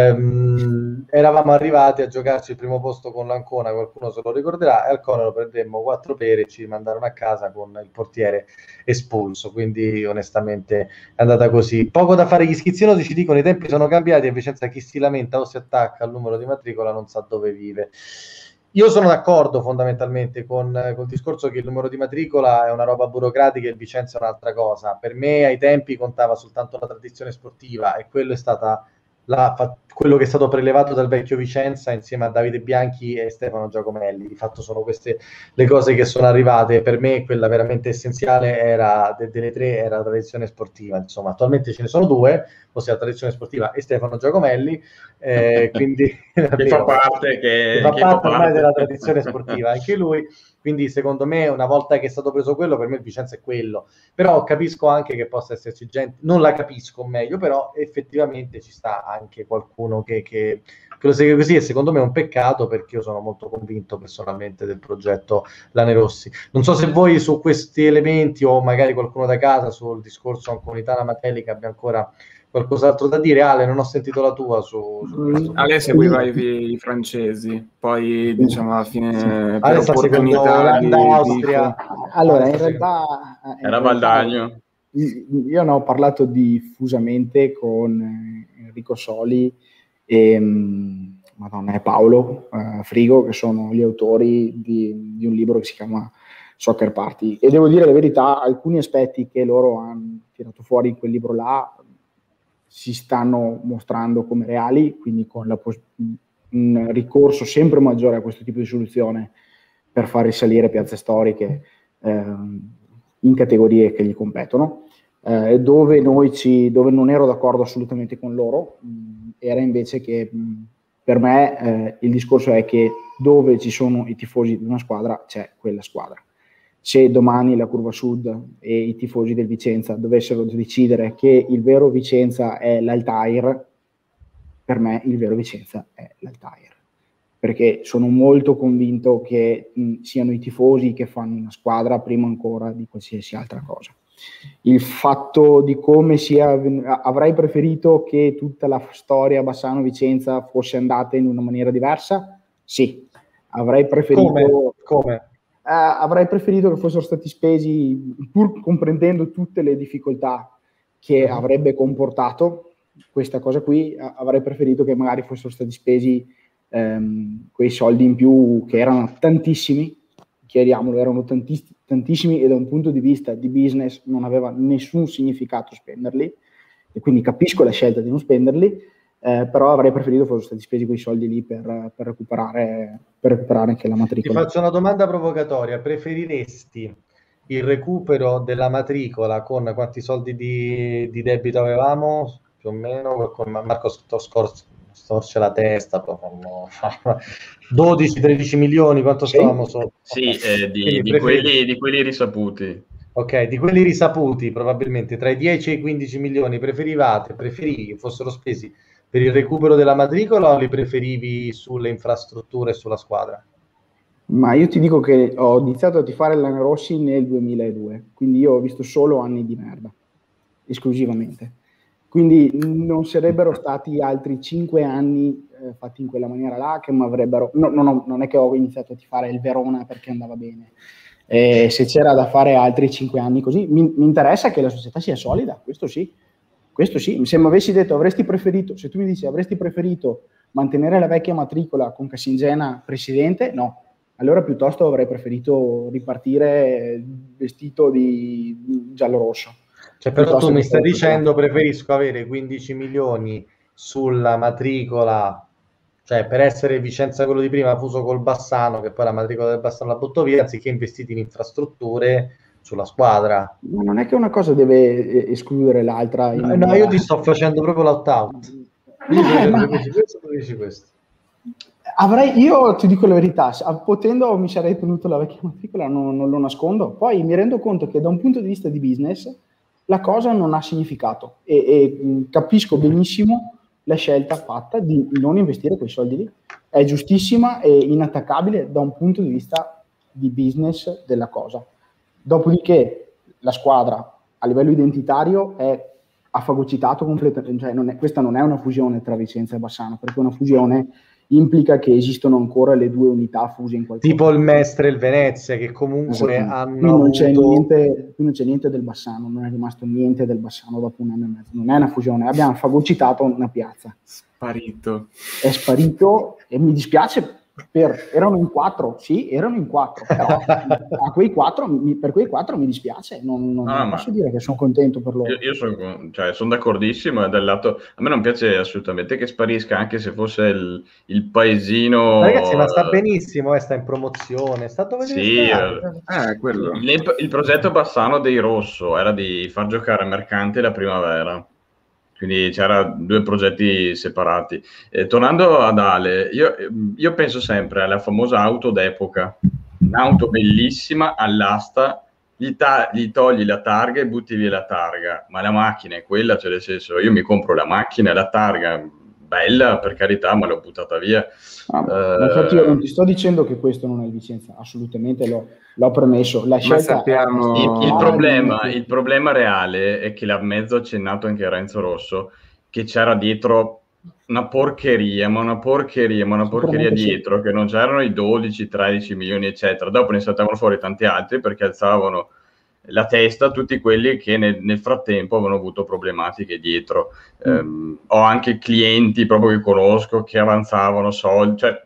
eravamo arrivati a giocarci il primo posto con l'Ancona, qualcuno se lo ricorderà, e al Conero prendemmo 4 pere e ci mandarono a casa con il portiere espulso, quindi onestamente è andata così. Poco da fare, gli schizzinosi ci dicono i tempi sono cambiati, a Vicenza chi si lamenta o si attacca al numero di matricola non sa dove vive. Io sono d'accordo fondamentalmente con il discorso che il numero di matricola è una roba burocratica e il Vicenza è un'altra cosa. Per me ai tempi contava soltanto la tradizione sportiva, e quello è stata quello che è stato prelevato dal vecchio Vicenza insieme a Davide Bianchi e Stefano Giacomelli. Di fatto sono queste le cose che sono arrivate. Per me quella veramente essenziale era delle tre, era la tradizione sportiva. Insomma, attualmente ce ne sono due, ossia la tradizione sportiva e Stefano Giacomelli, quindi che fa parte, ormai della tradizione sportiva anche lui. Quindi secondo me una volta che è stato preso quello, per me il Vicenza è quello. Però capisco anche che possa esserci gente, non la capisco meglio, però effettivamente ci sta anche qualcuno che lo segue così, e secondo me è un peccato, perché io sono molto convinto personalmente del progetto Lanerossi. Non so se voi su questi elementi, o magari qualcuno da casa, sul discorso Oncomunità Matelica abbia ancora qualcos'altro da dire. Ale, non ho sentito la tua su questo. Ale seguiva i francesi, poi diciamo alla fine Ale sta seguendo Olanda, Austria. Allora, in realtà era Valdagno. Io ne ho parlato diffusamente con Enrico Soli e Paolo Frigo, che sono gli autori di un libro che si chiama Soccer Party, e devo dire la verità, alcuni aspetti che loro hanno tirato fuori in quel libro là si stanno mostrando come reali, quindi con un ricorso sempre maggiore a questo tipo di soluzione per far risalire piazze storiche in categorie che gli competono, dove non ero d'accordo assolutamente con loro, era invece che per me il discorso è che dove ci sono i tifosi di una squadra c'è quella squadra. Se domani la Curva Sud e i tifosi del Vicenza dovessero decidere che il vero Vicenza è l'Altair, per me il vero Vicenza è l'Altair, perché sono molto convinto che siano i tifosi che fanno una squadra prima ancora di qualsiasi altra cosa. Il fatto di come avrei preferito che tutta la storia Bassano-Vicenza fosse andata in una maniera diversa? Sì. Avrei preferito... Come? Avrei preferito che fossero stati spesi, pur comprendendo tutte le difficoltà che avrebbe comportato questa cosa qui, avrei preferito che magari fossero stati spesi quei soldi in più, che erano tantissimi, chiariamolo, erano tantissimi, e da un punto di vista di business non aveva nessun significato spenderli, e quindi capisco la scelta di non spenderli, però avrei preferito fossero stati spesi quei soldi lì per recuperare anche la matricola. Ti faccio una domanda provocatoria: preferiresti il recupero della matricola con quanti soldi di debito avevamo più o meno? Con Marco storce la testa, 12-13 milioni, quanto stavamo sotto? Sì, di quelli risaputi. Ok, di quelli risaputi probabilmente tra i 10 e i 15 milioni preferivi che fossero spesi per il recupero della matricola, o li preferivi sulle infrastrutture e sulla squadra? Ma io ti dico che ho iniziato a tifare il Lanerossi nel 2002, quindi io ho visto solo anni di merda, esclusivamente. Quindi non sarebbero stati altri 5 anni fatti in quella maniera là che mi avrebbero... non è che ho iniziato a tifare il Verona perché andava bene. Se c'era da fare altri 5 anni così, mi interessa che la società sia solida, questo sì. Se mi avessi detto se tu mi dici avresti preferito mantenere la vecchia matricola con Cassingena presidente, no. Allora piuttosto avrei preferito ripartire vestito di giallo-rosso. Cioè, però tu mi stai dicendo preferisco avere 15 milioni sulla matricola, cioè per essere Vicenza quello di prima fuso col Bassano, che poi la matricola del Bassano la butto via, anziché investiti in infrastrutture sulla squadra. Ma non è che una cosa deve escludere l'altra. No, io ti sto facendo proprio l'opt-out. Tu dici questo. Io ti dico la verità, potendo mi sarei tenuto la vecchia matricola, non lo nascondo. Poi mi rendo conto che da un punto di vista di business la cosa non ha significato e capisco benissimo la scelta fatta di non investire quei soldi lì. È giustissima e inattaccabile da un punto di vista di business della cosa. Dopodiché la squadra a livello identitario ha fagocitato completamente, cioè questa non è una fusione tra Vicenza e Bassano, perché una fusione implica che esistono ancora le due unità fuse in qualche tipo il Mestre e il Venezia, che comunque hanno qui non c'è niente del Bassano, non è rimasto niente del Bassano dopo un anno e mezzo, non è una fusione, abbiamo fagocitato una piazza. È sparito e mi dispiace erano in 4, sì, erano in 4, però per quei 4 mi dispiace, non posso dire che sono contento per loro. Io sono d'accordissimo, e dal lato, a me non piace assolutamente che sparisca, anche se fosse il paesino. Ma ragazzi, ma sta benissimo, sta in promozione, sta dove sì, quello. Il progetto Bassano dei Rosso era di far giocare a Mercante la primavera. Quindi c'era 2 progetti separati. Tornando ad Ale, io penso sempre alla famosa auto d'epoca, un'auto bellissima all'asta, gli togli la targa e butti via la targa, ma la macchina è quella, cioè nel senso, io mi compro la macchina e la targa, bella per carità, ma l'ho buttata via. Infatti io non ti sto dicendo che questo non è il Vicenza, assolutamente l'ho premesso. La scelta sappiamo... il problema reale è che l'ha mezzo accennato anche Renzo Rosso, che c'era dietro una porcheria dietro, che non c'erano i 12-13 milioni eccetera, dopo ne saltavano fuori tanti altri perché alzavano la testa tutti quelli che nel frattempo avevano avuto problematiche dietro. Ho anche clienti proprio che conosco che avanzavano soldi, cioè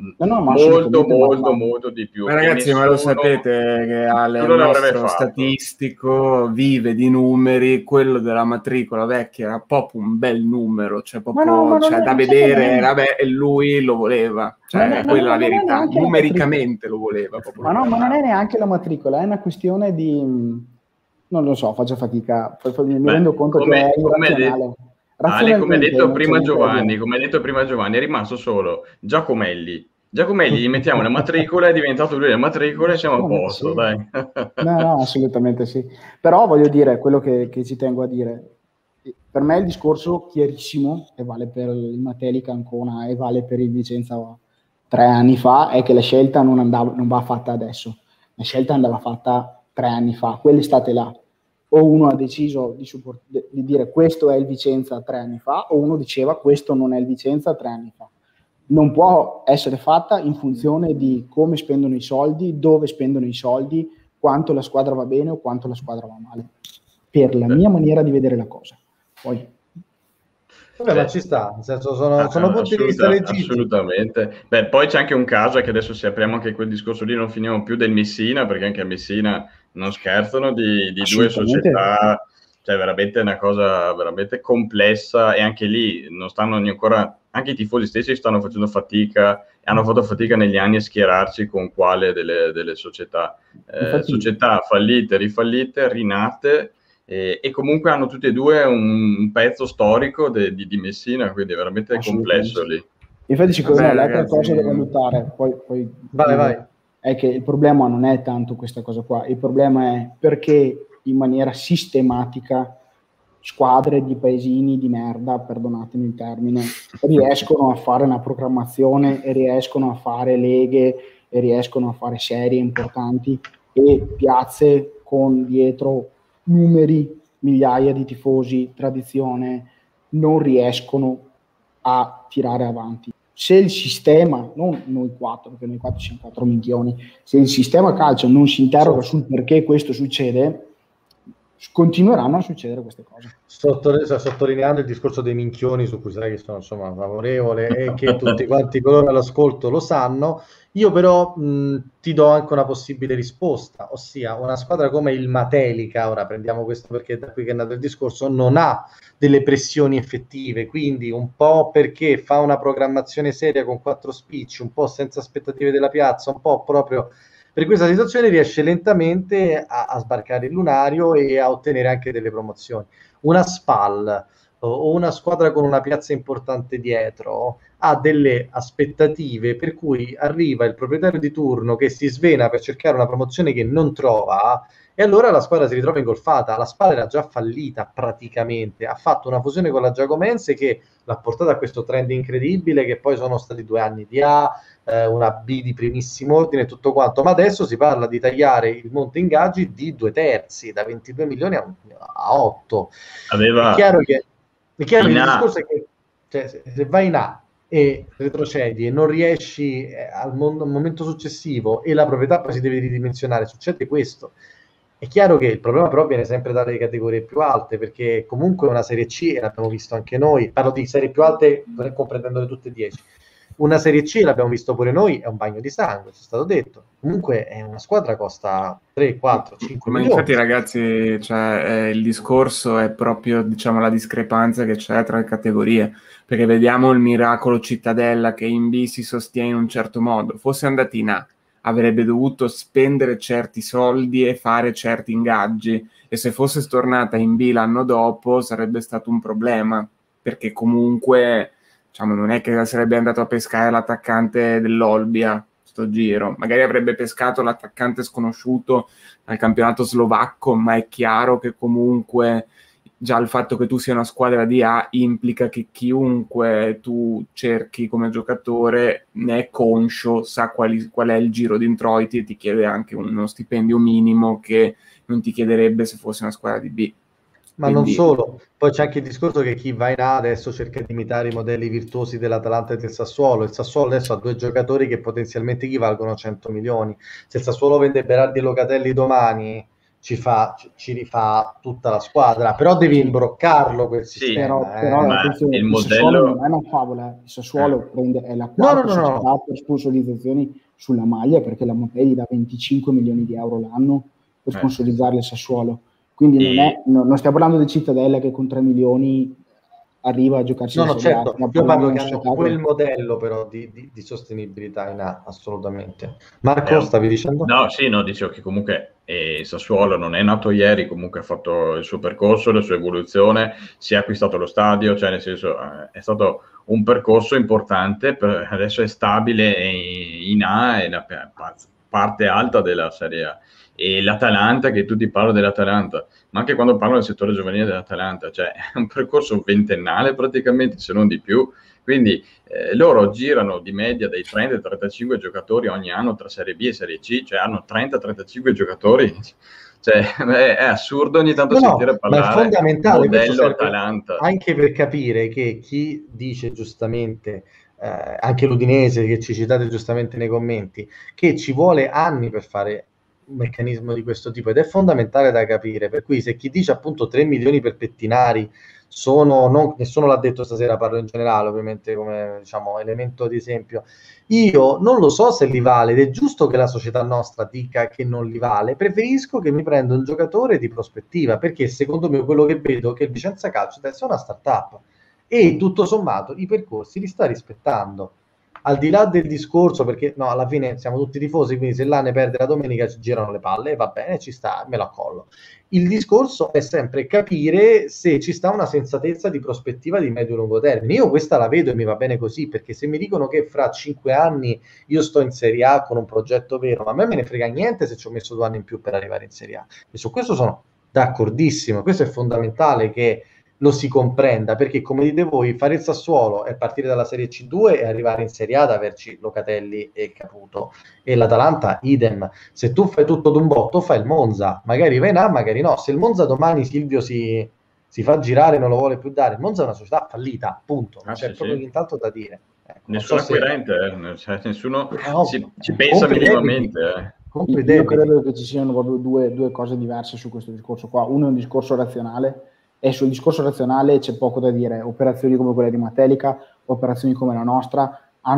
molto di più. Ma ragazzi, ma lo sapete che Ale, il nostro statistico, vive di numeri, quello della matricola vecchia era proprio un bel numero, cioè proprio da vedere, vabbè, e lui lo voleva, cioè quella è la verità, numericamente lo voleva. Ma non è neanche la matricola, è una questione di, non lo so, faccio fatica, mi rendo conto che è irrazionale. Ale, come ha detto prima Giovanni, è rimasto solo Giacomelli, gli mettiamo la matricola, è diventato lui la matricola e siamo a posto, sì. Dai. No, assolutamente sì. Però voglio dire, quello che ci tengo a dire, per me il discorso chiarissimo, e vale per il Matelica Ancona e vale per il Vicenza 3 anni fa, è che la scelta non va fatta adesso, la scelta andava fatta 3 anni fa, quell'estate là. O uno ha deciso di dire questo è il Vicenza 3 anni fa, o uno diceva questo non è il Vicenza 3 anni fa. Non può essere fatta in funzione di come spendono i soldi, dove spendono i soldi, quanto la squadra va bene o quanto la squadra va male. Per la mia maniera di vedere la cosa. Poi... ma ci sta, nel senso sono punti di vista legittimi. Assolutamente. Beh, poi c'è anche un caso, è che adesso se apriamo anche quel discorso lì non finiamo più del Messina, perché anche a Messina non scherzano di 2 società, cioè veramente una cosa veramente complessa, e anche lì non stanno ancora, anche i tifosi stessi stanno facendo fatica, e hanno fatto fatica negli anni a schierarci con quale delle società. Società fallite, rifallite, rinate, e comunque hanno tutti e 2 un pezzo storico di Messina, quindi è veramente complesso lì. Infatti secondo me l'altra cosa da valutare, poi vai. È che il problema non è tanto questa cosa qua, il problema è perché in maniera sistematica squadre di paesini di merda, perdonatemi il termine, riescono a fare una programmazione e riescono a fare leghe e riescono a fare serie importanti e piazze con dietro numeri, migliaia di tifosi, tradizione, non riescono a tirare avanti. Se il sistema, non noi 4, perché noi 4 siamo 4 minchioni, se il sistema calcio non si interroga sul perché questo succede, continueranno a succedere queste cose. Sottolineando il discorso dei minchioni, su cui sai che sono insomma favorevole e che tutti quanti coloro all'ascolto lo sanno, io però ti do anche una possibile risposta, ossia una squadra come il Matelica, ora prendiamo questo perché è da qui che è nato il discorso, non ha delle pressioni effettive, quindi un po' perché fa una programmazione seria con 4 spicci, un po' senza aspettative della piazza, un po' proprio per questa situazione riesce lentamente a sbarcare il lunario e a ottenere anche delle promozioni. Una SPAL o una squadra con una piazza importante dietro ha delle aspettative per cui arriva il proprietario di turno che si svena per cercare una promozione che non trova, e allora la squadra si ritrova ingolfata. La SPAL era già fallita praticamente, ha fatto una fusione con la Giacomense che l'ha portata a questo trend incredibile, che poi sono stati 2 anni di A, una B di primissimo ordine e tutto quanto, ma adesso si parla di tagliare il monte ingaggi di 2/3, da 22 milioni a 8. È chiaro che il discorso è che se vai in A e retrocedi e non riesci al momento successivo e la proprietà poi si deve ridimensionare, succede questo. È chiaro che il problema però viene sempre dalle categorie più alte, perché comunque una Serie C, e l'abbiamo visto anche noi, parlo di serie più alte comprendendole tutte e 10, una Serie C, l'abbiamo visto pure noi, è un bagno di sangue, è stato detto. Comunque è una squadra costa 3, 4, 5 Ma milioni. infatti ragazzi, cioè, il discorso è proprio, diciamo, la discrepanza che c'è tra le categorie, perché vediamo il miracolo Cittadella che in B si sostiene in un certo modo, fosse andati in A avrebbe dovuto spendere certi soldi e fare certi ingaggi, e se fosse tornata in B l'anno dopo sarebbe stato un problema, perché comunque, diciamo, non è che sarebbe andato a pescare l'attaccante dell'Olbia sto giro, magari avrebbe pescato l'attaccante sconosciuto al campionato slovacco, ma è chiaro che comunque già il fatto che tu sia una squadra di A implica che chiunque tu cerchi come giocatore ne è conscio, sa qual è il giro di introiti e ti chiede anche uno stipendio minimo che non ti chiederebbe se fosse una squadra di B. Ma non solo, poi c'è anche il discorso che chi va in A adesso cerca di imitare i modelli virtuosi dell'Atalanta e del Sassuolo. Il Sassuolo adesso ha 2 giocatori che potenzialmente gli valgono 100 milioni. Se il Sassuolo vende Berardi e Locatelli domani ci rifà tutta la squadra, però devi imbroccarlo quel sistema. Però il modello Sassuolo non è una favola, il Sassuolo è la quarta società per sponsorizzazioni sulla maglia, perché la Montella gli dà 25 milioni di euro l'anno per sponsorizzare il Sassuolo. Quindi non stiamo parlando di Cittadella che con 3 milioni arriva a giocarsi la Serie A. Certo, io parlo che hanno quel modello però di sostenibilità in A, assolutamente. Marco, stavi dicendo? No, dicevo che comunque Sassuolo non è nato ieri, comunque ha fatto il suo percorso, la sua evoluzione, si è acquistato lo stadio, cioè nel senso è stato un percorso importante, adesso è stabile in A, è la parte alta della Serie A. E l'Atalanta, che tutti parlano dell'Atalanta, ma anche quando parlo del settore giovanile dell'Atalanta, cioè è un percorso ventennale praticamente, se non di più, quindi loro girano di media dai 30 ai 35 giocatori ogni anno tra Serie B e Serie C, cioè hanno 30-35 giocatori, cioè è assurdo ogni tanto sentire parlare, ma è fondamentale, modello Atalanta. Anche per capire che chi dice giustamente, anche l'Udinese che ci citate giustamente nei commenti, che ci vuole anni per fare un meccanismo di questo tipo, ed è fondamentale da capire, per cui se chi dice appunto 3 milioni per Pettinari nessuno l'ha detto stasera, parlo in generale ovviamente come diciamo elemento di esempio, io non lo so se li vale, ed è giusto che la società nostra dica che non li vale, preferisco che mi prenda un giocatore di prospettiva, perché secondo me quello che vedo è che il Vicenza Calcio adesso è una startup e tutto sommato i percorsi li sta rispettando. Al di là del discorso, perché no, alla fine siamo tutti tifosi, quindi se là ne perde la domenica ci girano le palle, va bene, ci sta, me lo accollo. Il discorso è sempre capire se ci sta una sensatezza di prospettiva di medio-lungo termine. Io questa la vedo e mi va bene così, perché se mi dicono che fra 5 anni io sto in Serie A con un progetto vero, ma a me me ne frega niente se ci ho messo 2 anni in più per arrivare in Serie A. E su questo sono d'accordissimo, questo è fondamentale che lo si comprenda, perché come dite voi, fare il Sassuolo è partire dalla Serie C2 e arrivare in Serie A ad averci Locatelli e Caputo, e l'Atalanta idem. Se tu fai tutto d'un botto, fai il Monza, magari va in A, magari no. Se il Monza domani Silvio si fa girare e non lo vuole più dare, il Monza è una società fallita, punto, non c'è proprio nient'altro da dire. Ecco, nessun acquirente, cioè, nessuno ci pensa minimamente. Io credo che ci siano proprio due cose diverse su questo discorso qua. Uno è un discorso razionale, e sul discorso razionale c'è poco da dire. Operazioni come quella di Matelica, operazioni come la nostra,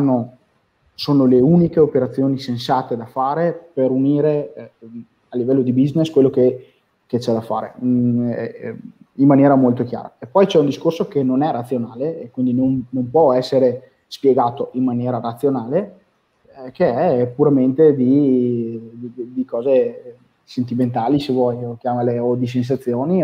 sono le uniche operazioni sensate da fare per unire a livello di business quello che c'è da fare in maniera molto chiara. E poi c'è un discorso che non è razionale e quindi non può essere spiegato in maniera razionale, che è puramente di cose sentimentali, se vuoi, o chiamale, o di sensazioni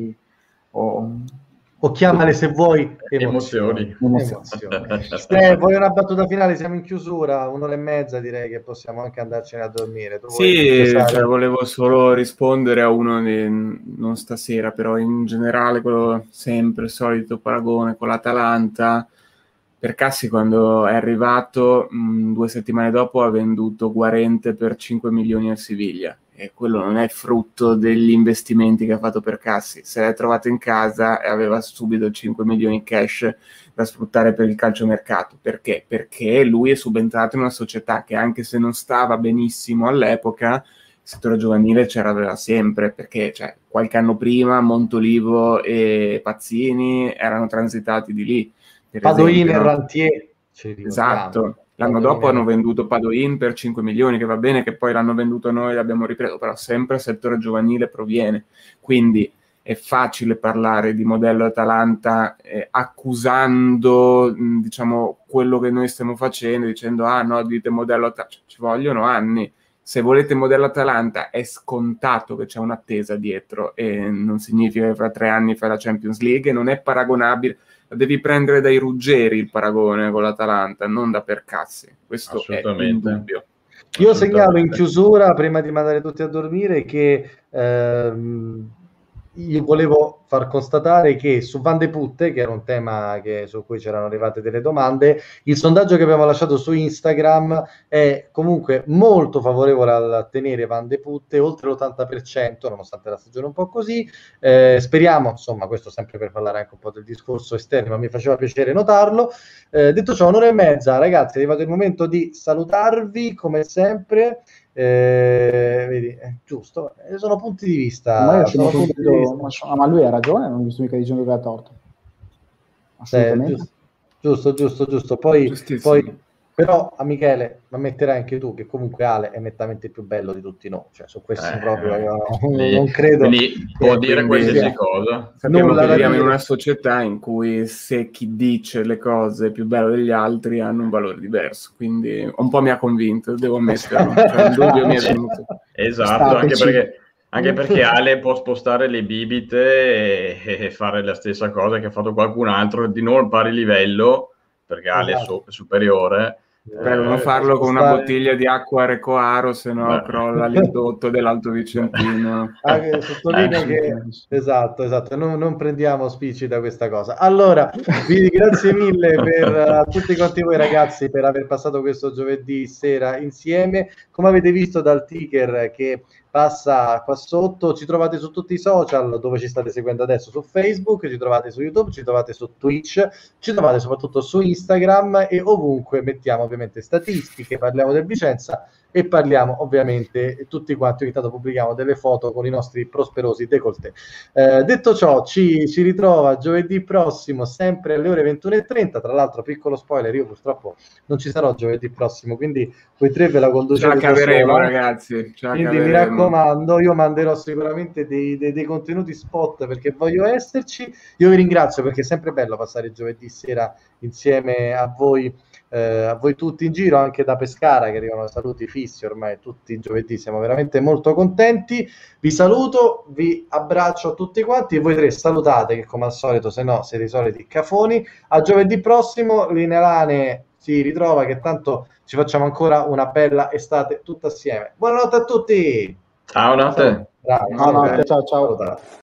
o chiamale, se vuoi, emozioni. Voglio una battuta finale, siamo in chiusura, 1 ora e mezza, direi che possiamo anche andarcene a dormire. Cioè, volevo solo rispondere a uno non stasera, però in generale quello sempre il solito paragone con l'Atalanta. Percassi quando è arrivato 2 settimane dopo ha venduto Guarente per 5 milioni al Siviglia, e quello non è frutto degli investimenti che ha fatto Percassi, se l'è trovato in casa e aveva subito 5 milioni cash da sfruttare per il calciomercato. Perché? Perché lui è subentrato in una società che, anche se non stava benissimo all'epoca, il settore giovanile c'era sempre, perché qualche anno prima Montolivo e Pazzini erano transitati di lì. Padoini e Rantier. Esatto, l'anno dopo hanno venduto Padoin per 5 milioni, che va bene che poi l'hanno venduto noi, l'abbiamo ripreso, però sempre il settore giovanile proviene, quindi è facile parlare di modello Atalanta accusando diciamo quello che noi stiamo facendo, dicendo no, dite modello Atalanta, ci vogliono anni. Se volete modello Atalanta è scontato che c'è un'attesa dietro e non significa che fra 3 anni fai la Champions League, e non è paragonabile, devi prendere dai Ruggeri il paragone con l'Atalanta, non da Percassi, questo è indubbio. Io segnalo in chiusura, prima di mandare tutti a dormire, che io volevo far constatare che su Van de Putte, che era un tema su cui c'erano arrivate delle domande, il sondaggio che abbiamo lasciato su Instagram è comunque molto favorevole al tenere Van de Putte, oltre l'80%, nonostante la stagione un po' così. Speriamo, insomma, questo sempre per parlare anche un po' del discorso esterno, ma mi faceva piacere notarlo. Detto ciò, 1:30, ragazzi, è arrivato il momento di salutarvi, come sempre. Vedi, giusto, sono punti di vista. Ma lui ha ragione, non mi sto mica dicendo che ha torto. Assolutamente. Giusto. Poi però a Michele, ma metterai anche tu che comunque Ale è nettamente più bello di tutti noi, cioè su questo proprio non credo. Quindi può dire qualsiasi cosa. Sappiamo che viviamo in una società in cui se chi dice le cose più belle degli altri hanno un valore diverso, quindi un po' mi ha convinto, devo ammetterlo, cioè, un dubbio mi è venuto. Esatto, anche perché Ale può spostare le bibite e fare la stessa cosa che ha fatto qualcun altro di non pari livello, perché Ale è superiore. Per non farlo con una bottiglia di acqua Recoaro, se no crolla l'indotto dell'Alto Vicentino. Sottolineo che esatto, non prendiamo spicci da questa cosa. Allora, vi grazie mille a tutti quanti voi ragazzi per aver passato questo giovedì sera insieme. Come avete visto dal ticker che passa qua sotto, ci trovate su tutti i social dove ci state seguendo adesso, su Facebook, ci trovate su YouTube, ci trovate su Twitch, ci trovate soprattutto su Instagram, e ovunque mettiamo ovviamente statistiche, parliamo del Vicenza e parliamo ovviamente tutti quanti, ogni tanto pubblichiamo delle foto con i nostri prosperosi décolleté. Detto ciò, ci ritrova giovedì prossimo sempre alle ore 21:30. Tra l'altro, piccolo spoiler, io purtroppo non ci sarò giovedì prossimo, quindi voi tre ve la conducete da sola, ragazzi, quindi mi raccomando, io manderò sicuramente dei contenuti spot perché voglio esserci. Io vi ringrazio perché è sempre bello passare giovedì sera insieme a voi tutti in giro, anche da Pescara che arrivano saluti fissi ormai tutti i giovedì, siamo veramente molto contenti. Vi saluto, vi abbraccio a tutti quanti e voi tre salutate, che come al solito, se no siete i soliti cafoni. A giovedì prossimo, Linelane si ritrova, che tanto ci facciamo ancora una bella estate tutta assieme. Buonanotte a tutti. Ciao, notte. Ciao.